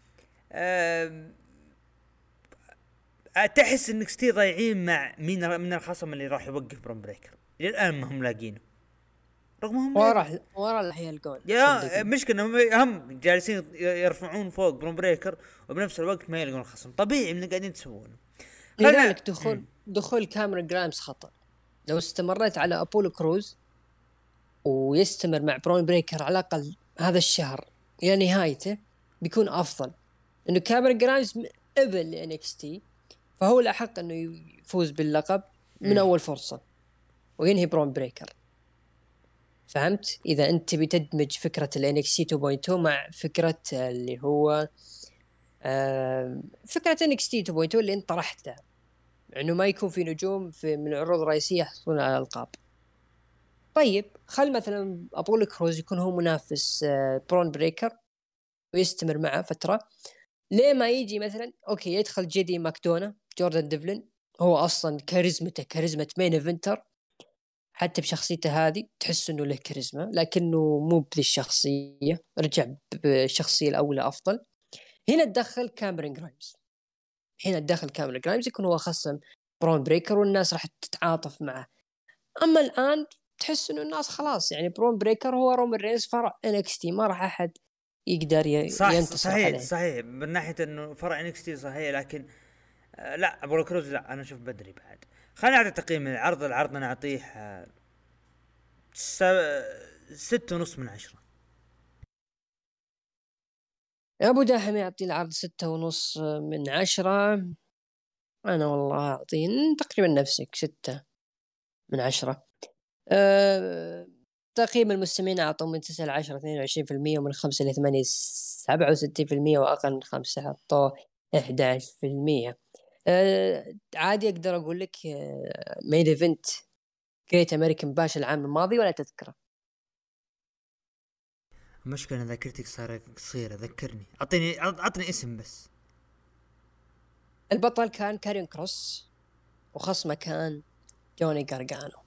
تحس ان اكس تي ضايعين مع مين من الخصم اللي راح يوقف برون بريكر؟ للان ما هم لاقينه، رغم هم ورا ورا اللي حيلقون. يا مشكلة هم جالسين يرفعون فوق برون بريكر وبنفس الوقت ما يلقون الخصم. طبيعي من قاعدين تسوونه. لذلك دخول دخول كاميرون جرامز خطأ. لو استمريت على أبولو كروز ويستمر مع برون بريكر على الأقل هذا الشهر إلى نهايته بيكون أفضل، إنه كاميرون جرامز قبل إن إكس تي فهو الأحق إنه يفوز باللقب من م. أول فرصة وينهي برون بريكر. فهمت؟ إذا أنت بتدمج فكرة ال إن إكس تي تو بوينت تو مع فكرة اللي هو آه فكرة إن إكس تي تو بوينت تو اللي أنت طرحتها، إنه ما يكون في نجوم في من العروض الرئيسية يحصلون على الألقاب. طيب خل مثلا أبولو كروز يكون هو منافس آه برون بريكر ويستمر معه فترة. ليه ما يجي مثلا أوكي يدخل جي دي ماكدونا جوردن ديفلين، هو أصلا كاريزمته كاريزمة مين إيفنتر، حتى بشخصيته هذه تحس إنه له كاريزما، لكنه مو بذي الشخصية، رجع بالشخصية الأولى أفضل. هنا تدخل كاميرون جرايمز، هنا تدخل كاميرون جرايمز يكون هو خصم برون بريكر والناس راح تتعاطف معه. اما الان تحس انه الناس خلاص يعني برون بريكر هو رومان رينز فرع انكستي، ما راح احد يقدر صح ينتصر صحيح عليه. صحيح من ناحيه انه فرع انكستي صحيح، لكن آه لا ابو كروز لا انا اشوف بدري بعد. خليني اعطي تقييم العرض. العرض انا اعطيه آه ست ونص من عشرة. ابو داحم يعطي العرض ستة ونص من عشرة. انا والله اعطيه تقريبا نفسك ستة من عشرة. أه... تقييم المستمعين اعطوا من تسعة لعشرة اثنين وعشرين بالمئة، ومن خمسة لثمانية سبعة وستين بالمئة، واقل من خمسة اعطوا احد عشر بالمئة. أه... عادي اقدر اقول لك أه... ميد ايفنت جريت امريكان باش العام الماضي ولا تذكره؟ المشكلة ذاكرتك صار قصيرة، ذكرني اعطيني اعطني اسم بس. البطل كان كارين كروس وخصمه كان جوني غارغانو.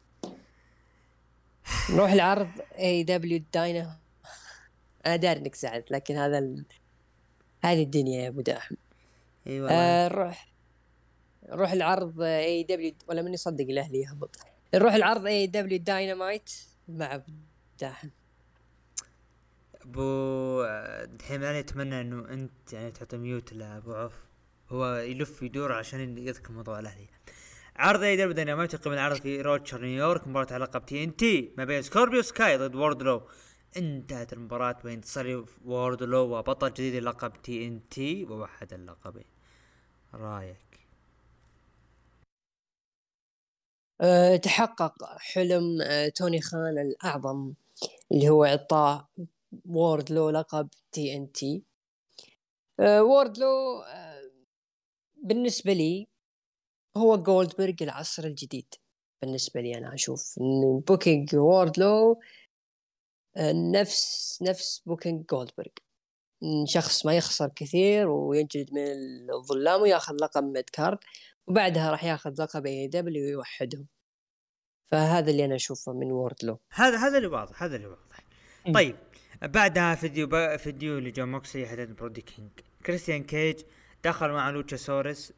نروح العرض اي دبليو داينا. انا داري انك زعلت لكن هذا ال... هذه الدنيا يا ابو داحم. اي والله. آه نروح نروح العرض اي دبليو، ولا من يصدق الاهلي يهبط. نروح العرض اي دبليو داينامايت مع ابو داحم. ابو دحين انا اتمنى انه انت يعني تعطي ميوت لابو عوف، هو يلف يدور عشان يذكر موضوع الاهلي. عرض اي دبليو داينامايت يقيم العرض في روتشر نيويورك. مباراة على لقب تي ان تي ما بين سكوربيو سكاي ضد ووردلو. انتهت المباراة بانتصار ووردلو وبطل جديد لقب تي ان تي ووحد اللقبين. رايك؟ أه تحقق حلم أه توني خان الاعظم اللي هو اعطاه ووردلو لقب تي ان تي. أه ووردلو أه بالنسبة لي هو جولدبرغ العصر الجديد. بالنسبة لي أنا أشوف إن بوكينج ووردلو نفس نفس بوكينج جولدبرغ، شخص ما يخسر كثير وينجد من الظلام وياخذ لقب ميد كارد، وبعدها راح ياخذ لقب اي دبليو ويوحدهم. فهذا اللي أنا أشوفه من ووردلو. هذا هذا اللي واضح، هذا اللي واضح. طيب بعدها فيديو ب... فيديو لجون موكسلي حدد برودي كينج. كريستيان كيج دخل مع لوتشا سورس.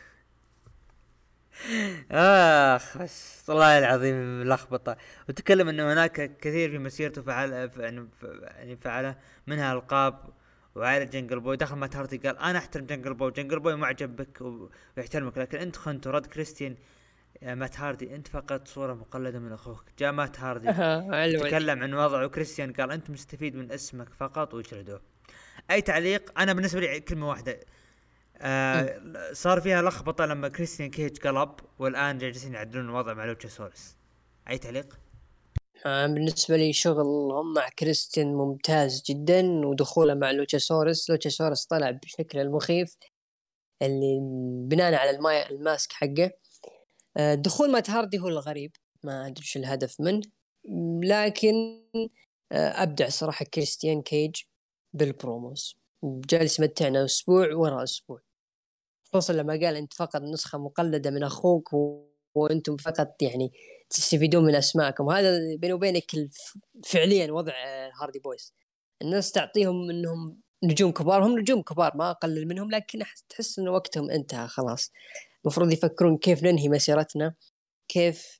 اخ بس والله العظيم لخبطه. وتكلم انه هناك كثير في مسيرته فعل يعني فعله منها القاب وعائلة جنجل بوي. دخل مات هاردي قال انا احترم جنجل بوي، جنجل بوي معجب بك ويحترمك، لكن انت خنت. ورد كريستيان يا مات هاردي انت فقط صورة مقلدة من اخوك. جاء مات هاردي تكلم عن وضعه، وكريستيان قال انت مستفيد من اسمك فقط، ويجلدوه. اي تعليق؟ انا بالنسبة لي كلمة واحدة، آه صار فيها لخبطة لما كريستيان كيج قلب، والآن جالسين يعدلون الوضع مع لوتشاسورس. أي تعليق؟ آه بالنسبة لي شغلهم مع كريستيان ممتاز جدا، ودخوله مع لوتشاسورس لوتشاسورس طلع بشكل المخيف اللي بناء على الماي الماسك حقه. آه دخول مات هاردي هو الغريب، ما أدري شو الهدف منه، لكن آه أبدع صراحة كريستيان كيج بالبروموس، جالس يمتعنا أسبوع وراء أسبوع، خصوصا لما قال أنت فقط نسخة مقلدة من أخوك و... وأنتم فقط يعني تستفيدون من أسماءكم. هذا بيني وبينك الف... فعليا وضع هاردي بويز. الناس تعطيهم أنهم نجوم كبار، هم نجوم كبار ما أقلل منهم، لكن تحس أن وقتهم انتهى خلاص. المفروض يفكرون كيف ننهي مسيرتنا، كيف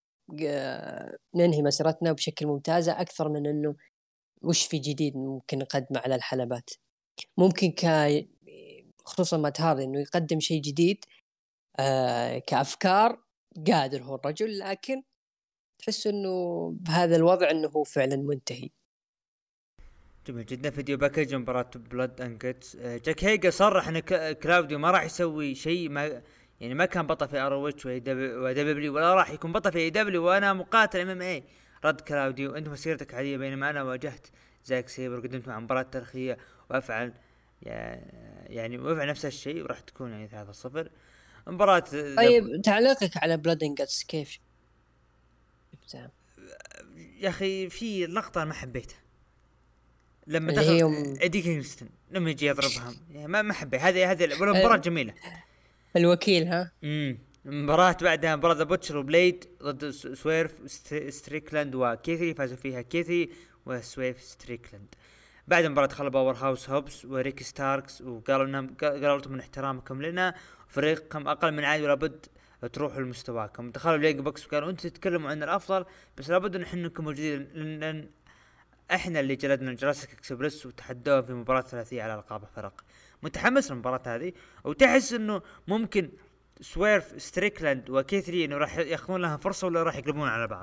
ننهي مسيرتنا بشكل ممتازة، أكثر من أنه وش في جديد ممكن نقدمه على الحلبات. ممكن ك خصوصا ما تهارد انه يقدم شيء جديد آه كأفكار، قادر هو الرجل، لكن تحس انه بهذا الوضع انه هو فعلا منتهي. جميل جدا. فيديو باكج مباراة بلاد اند جيتس. جاك هيجا صرح ان كلاوديو ما راح يسوي شيء، ما يعني ما كان بطل في اروتش ودبليو ولا راح يكون بطل في اي دبليو، وانا مقاتل ام ام اي. رد كلاوديو انت مسيرتك عادية، بينما انا واجهت زاك سيبر قدمت مع مباراة تاريخية وافعل يعني وافعل نفس الشيء وراح تكون يعني ثلاثة صفر مباراة. طيب تعليقك على بلاد اند جيتس كيف شفتها؟ يا اخي في لقطة ما حبيتها لما دخل يوم... ايدي كينغستون لما يجي يضربهم يعني ما ما حبيت هذه هذه المباراة جميلة. الوكيل ها امم مباراة بعدها مباراة ذا بوتشر وبليد ضد سويرف ستريكلاند وكيثي، فازوا فيها كيثي وسويف ستريكلاند. بعد مباراة خلى باور هاوس هوبس وريكي ستاركس وقالوا لهم قالوا لهم من احترامكم لنا فريقكم اقل من عادي ولا بد تروحوا لمستواكم. دخلوا اليانج بوكس وكانوا انتم تتكلموا عن الافضل، بس لابد ان احنا نكون موجودين، لان احنا اللي جلدنا جراسيك اكسبرس وتحدوهم في مباراة ثلاثية على القاب فرق. متحمس للمباراة هذه، وتحس انه ممكن سويرف ستريكلاند وكيثري انه راح ياخذون لها فرصة ولا راح يقلبون على بعض؟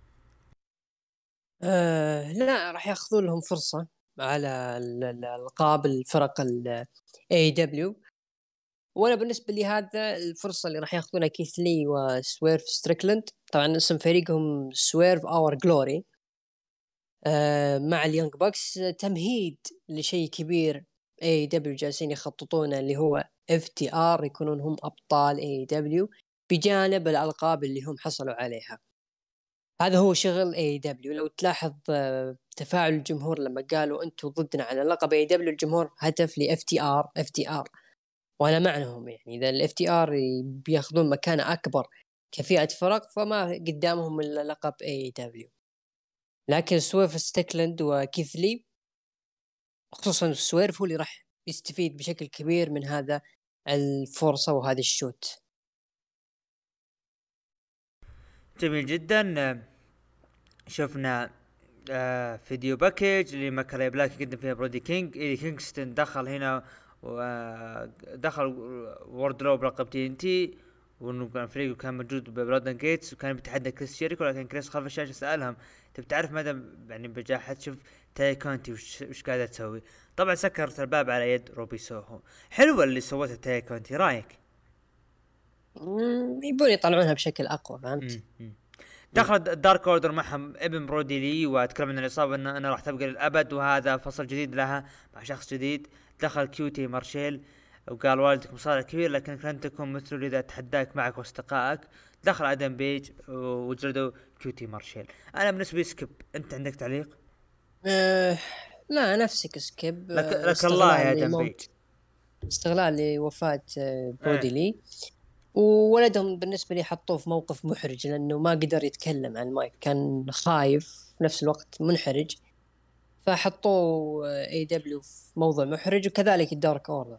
أه لا، راح ياخذون لهم فرصة على ال- ال- القاب الفرق ال إيه دبليو. وانا بالنسبة لي هذا الفرصة اللي راح ياخذونها كيث لي وسويرف ستريكلاند. طبعا اسم فريقهم سويرف اور جلوري. أه مع اليونج بوكس، آه، تمهيد لشيء كبير اي دبليو جالسين يخططونه، اللي هو اف تي ار، يكونون هم ابطال اي دبليو بجانب الالقاب اللي هم حصلوا عليها. هذا هو شغل اي دبليو. لو تلاحظ آه، تفاعل الجمهور لما قالوا انتم ضدنا على لقب اي دبليو، الجمهور هتف لاف تي ار اف تي ار. وانا معنهم، يعني اذا الاف تي ار بياخذون مكانه اكبر كفئة فرق، فما قدامهم الا لقب اي دبليو. لكن سويف ستيكلاند وكيثلي، خصوصا السويرف، هو اللي راح يستفيد بشكل كبير من هذا الفرصة وهذا الشوت. جميل جدا. شفنا آه فيديو باكيج اللي ماكالاي بلاك يقدم فيها برودي كينج. إيدي كينغستون دخل هنا ودخل ووردروب لقب تي ان تي، وانه كان فريقه كان موجود ببرادن جيتس وكان بيتحدى كريس جيريكو، لكن كريس خلف الشاشه سالهم تبي تعرف مدى يعني بجاحة شوف تاي كونتي وش, وش قاعده تسوي. طبعا سكرت الباب على يد روبي سوهو. حلوه اللي سوتها تاي كونتي، رايك؟ مم، يبون يطلعونها بشكل اقوى، فهمت؟ مم. دخل الدارك اوردر معهم ابن برودي لي، واتكلم عن العصابه انه أنا راح تبقى للابد وهذا فصل جديد لها مع شخص جديد. دخل كيوتي مارشيل وقال والدك مصارع كبير لكنك لن تكون مثله اذا تحداك معك واصدقائك. دخل ادم بيج وجلدوا كيوتي مارشيل. انا بالنسبه لي سكيب، انت عندك تعليق؟ أه لا، نفسك سكيب. لك أه لك الله يا استغلال ادم بيج. لموت، استغلال لوفاة أه برودي ايه. لي. وولدهم بالنسبة لي حطوه في موقف محرج، لأنه ما قدر يتكلم عن المايك، كان خايف في نفس الوقت منحرج، فحطوه اي دبليو في موضع محرج. وكذلك الدارك اوردر.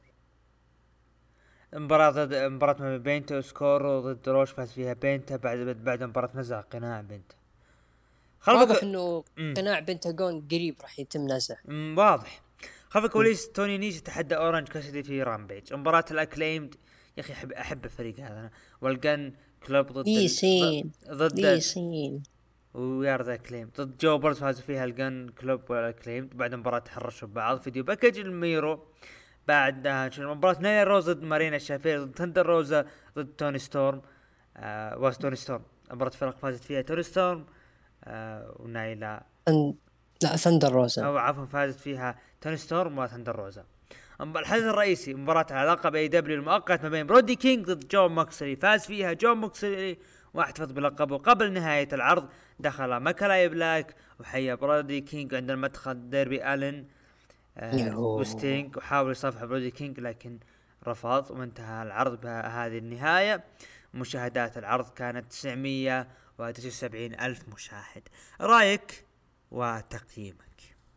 مباراة ضد مباراة ما بين بينتا وسكورو ضد روش، فاز فيها بينتا بعد بعد مباراة نزع قناع بينتا. واضح خلفك. انه امم قناع بنتاغون قريب راح يتم نزعه. أمم، واضح. خلف م. الكواليس توني نيش يتحدى اورنج كاسدي في رامبيج. مباراة الاكليمد، يا اخي احب احب الفريق هذا أنا. والجن كلوب ضد لي ال... سين ضد لي ال... سين ويار ذا كليم ضد جو بيرز، فازوا فيها الجن كلوب والاكليمد. بعد مباراة تحرشوا ببعض. فيديو باكج الميرو. بعد شنو مباراة نايا روز ضد مارينا شافير ضد ثندر روزا ضد توني ستورم. آه واس توني ستورم. مباراة فرق فازت فيها توني ستورم آه ونايلا. ثن... لا، ثندر روزا. او عفوا فازت فيها توني ستورم وثندر روزا. أما الحدث الرئيسي مباراة على لقب اي دبليو المؤقت ما بين برودي كينج ضد جون موكسلي. فاز فيها جون موكسلي واحتفظ بلقبه. قبل نهاية العرض دخل ماكالاي بلاك وحيا برودي كينج عند المدخل ديربي الن آه يهو. وستينج، وحاول يصافح برودي كينج لكن رفض، وانتهى العرض بهذه النهاية. مشاهدات العرض كانت تسعمية وتسعة وسبعين ألف مشاهد. رأيك وتقييمك؟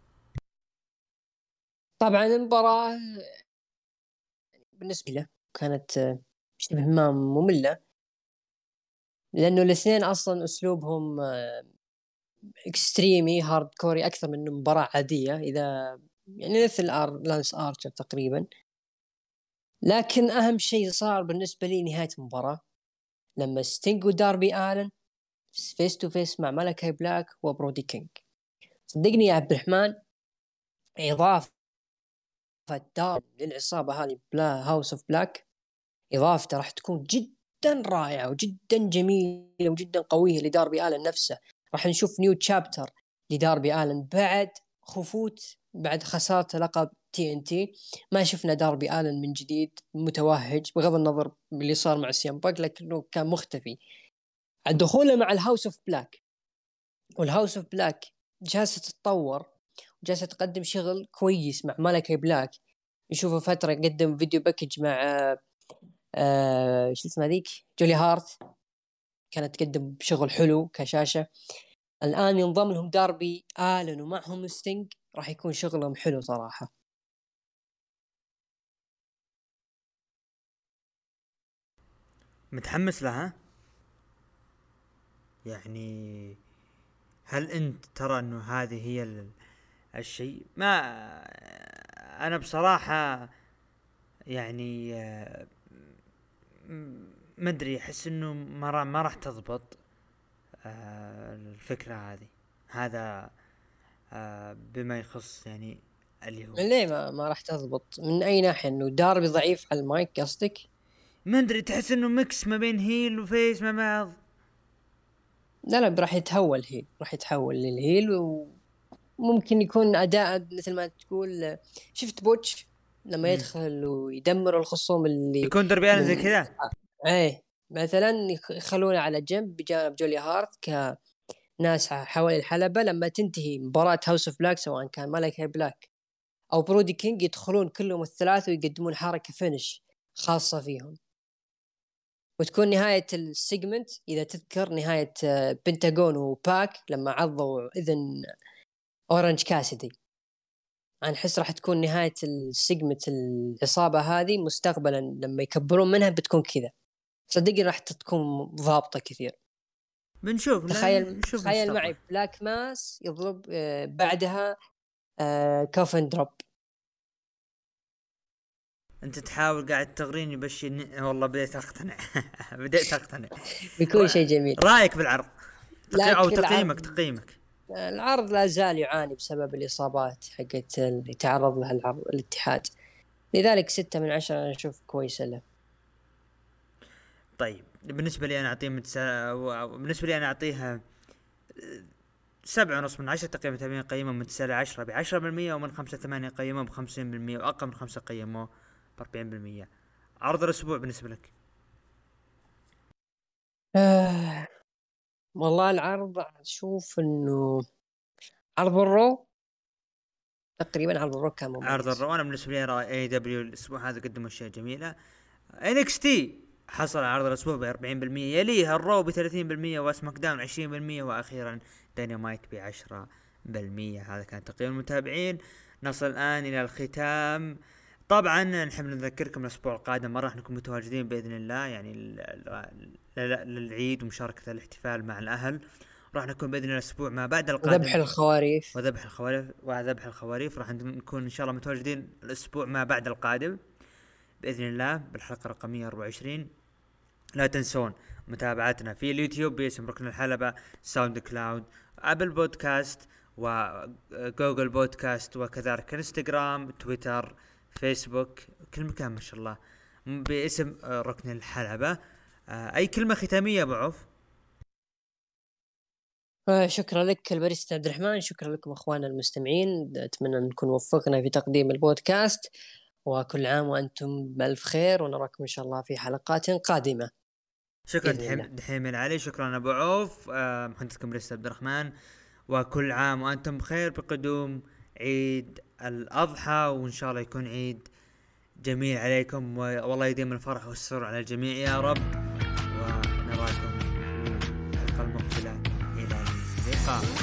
طبعا المباراة بالنسبة له كانت آه، شبه ما مملة، لأنه الاثنين أصلا أسلوبهم آه، اكستريمي هارد كوري أكثر من مباراة عادية، إذا يعني مثل آر لانس آرشر تقريبا. لكن أهم شيء صار بالنسبة لي نهاية المباراة، لما ستينج وداربي آلن فيس تو فيس مع ملكاي بلاك وبرودي كينج. صدقني يا عبد الرحمن، إضافة دار للعصابة هذه بلا هاوس اوف بلاك، إضافته راح تكون جدا رائعة وجدا جميلة وجدا قوية لداربي آلن نفسه. راح نشوف نيو تشابتر لداربي آلن بعد خفوت، بعد خسارة لقب تي ان تي. ما شفنا داربي آلن من جديد متوهج، بغض النظر اللي صار مع سيام باك، لكنه كان مختفي. دخوله مع الهاوس اوف بلاك، والهاوس اوف بلاك جالسة تتطور وجالسة تقدم شغل كويس مع ملكي بلاك. نشوفه فترة قدم فيديو باكج مع آه شو اسمها ذيك، جولي هارت، كانت تقدم شغل حلو كشاشة. الآن ينضم لهم داربي آلن ومعهم ستينج، راح يكون شغلهم حلو صراحة. متحمس لها يعني؟ هل انت ترى انه هذه هي الشيء؟ ما انا بصراحة يعني ما ادري، احس انه ما راح ما راح تضبط الفكرة هذه. هذا بما يخص يعني اليهود. ليه ما ما راح تضبط؟ من اي ناحيه؟ انه داربي ضعيف على المايك قصدك؟ ما ادري، تحس انه ميكس ما بين هيل وفيس مع بعض. لا لا، راح يتحول هيل، راح يتحول للهيل، وممكن يكون اداء مثل ما تقول. شفت بوتش لما مم. يدخل ويدمر الخصوم اللي يكون دربيان زي كذا. ايه مثلا يخلونه على جنب بجانب جوليا هارت كناس حوالي الحلبة. لما تنتهي مباراة هاوس اوف بلاك، سواء كان مالكي بلاك او برودي كينج، يدخلون كلهم الثلاثة ويقدمون حركة فينش خاصة فيهم، وتكون نهاية السيجمنت إذا تذكر نهاية بنتاغون وباك لما عضوا إذن أورنج كاسيدي. أنا أحس راح تكون نهاية السيجمنت العصابة هذه مستقبلا لما يكبرون منها بتكون كذا. صدقني راح تكون ضابطة كثير. بنشوف. تخيل نشوف تخيل مستقبل. معي بلاك ماس يضرب آه بعدها آه كوفن دروب. انت تحاول قاعد تغريني بشي ن... والله بديت اقتنع. بديت اقتنع. بيكون شيء جميل. رايك بالعرض تقي... او تقييمك العرض... تقييمك العرض لا زال يعاني بسبب الإصابات حقت اللي تعرض لها العرض الاتحاد، لذلك ستة من عشرة أنا أشوف كويسة له. طيب بالنسبة لي أنا أعطيه متسا... بالنسبة لي أنا أعطيها سبعة ونص من عشرة. تقييم ثمانية قيمة من تسعة لعشرة بعشرة بالمية، ومن خمسة ثمانية قيمة بخمسين بالمية، وأقل من خمسة قيمة بأربعين بالمية. عرض الأسبوع بالنسبة لك؟ آه والله العرض أشوف إنه عرض الرو تقريبا، عرض الرو كان مميز. عرض الرو أنا بالنسبة لي أرى اي دبليو الأسبوع هذا قدموا أشياء جميلة. إنكس تي حصل على عرض الأسبوع بأربعين بالمية، يليها الرو بثلاثين بالمية، واسماك داون عشرين بالمية، وأخيرا داينامايت بعشرة بالمية. هذا كان تقييم المتابعين. نصل الآن إلى الختام. طبعا نحب نذكركم الأسبوع القادم مرة راح نكون متواجدين بإذن الله، يعني للعيد ومشاركة الاحتفال مع الأهل. راح نكون بإذن الله الأسبوع ما بعد القادم وذبح الخواريف وذبح الخواريف وذبح الخواريف راح نكون إن شاء الله متواجدين الأسبوع ما بعد القادم بإذن الله بالحلقة الرقمية أربعة وعشرين. لا تنسون متابعتنا في اليوتيوب باسم ركن الحلبة، ساوند كلاود، أبل بودكاست، وجوجل بودكاست، وكذلك انستغرام، تويتر، فيسبوك، كل مكان ما شاء الله باسم ركن الحلبة. أي كلمة ختامية أبو عوف؟ شكرا لك الباريستا عبد الرحمن، شكرا لكم أخوانا المستمعين، أتمنى نكون وفقنا في تقديم البودكاست، وكل عام وأنتم بألف خير، ونراكم إن شاء الله في حلقات قادمة. شكرا دحيم علي، شكرا أبو عوف. آه محدثكم الباريستا عبد الرحمن، وكل عام وأنتم بخير بقدوم عيد الأضحى، وإن شاء الله يكون عيد جميل عليكم، والله يديم الفرح والسرور على الجميع يا رب. ونراكم الحلقة المقبلة، إلى اللقاء.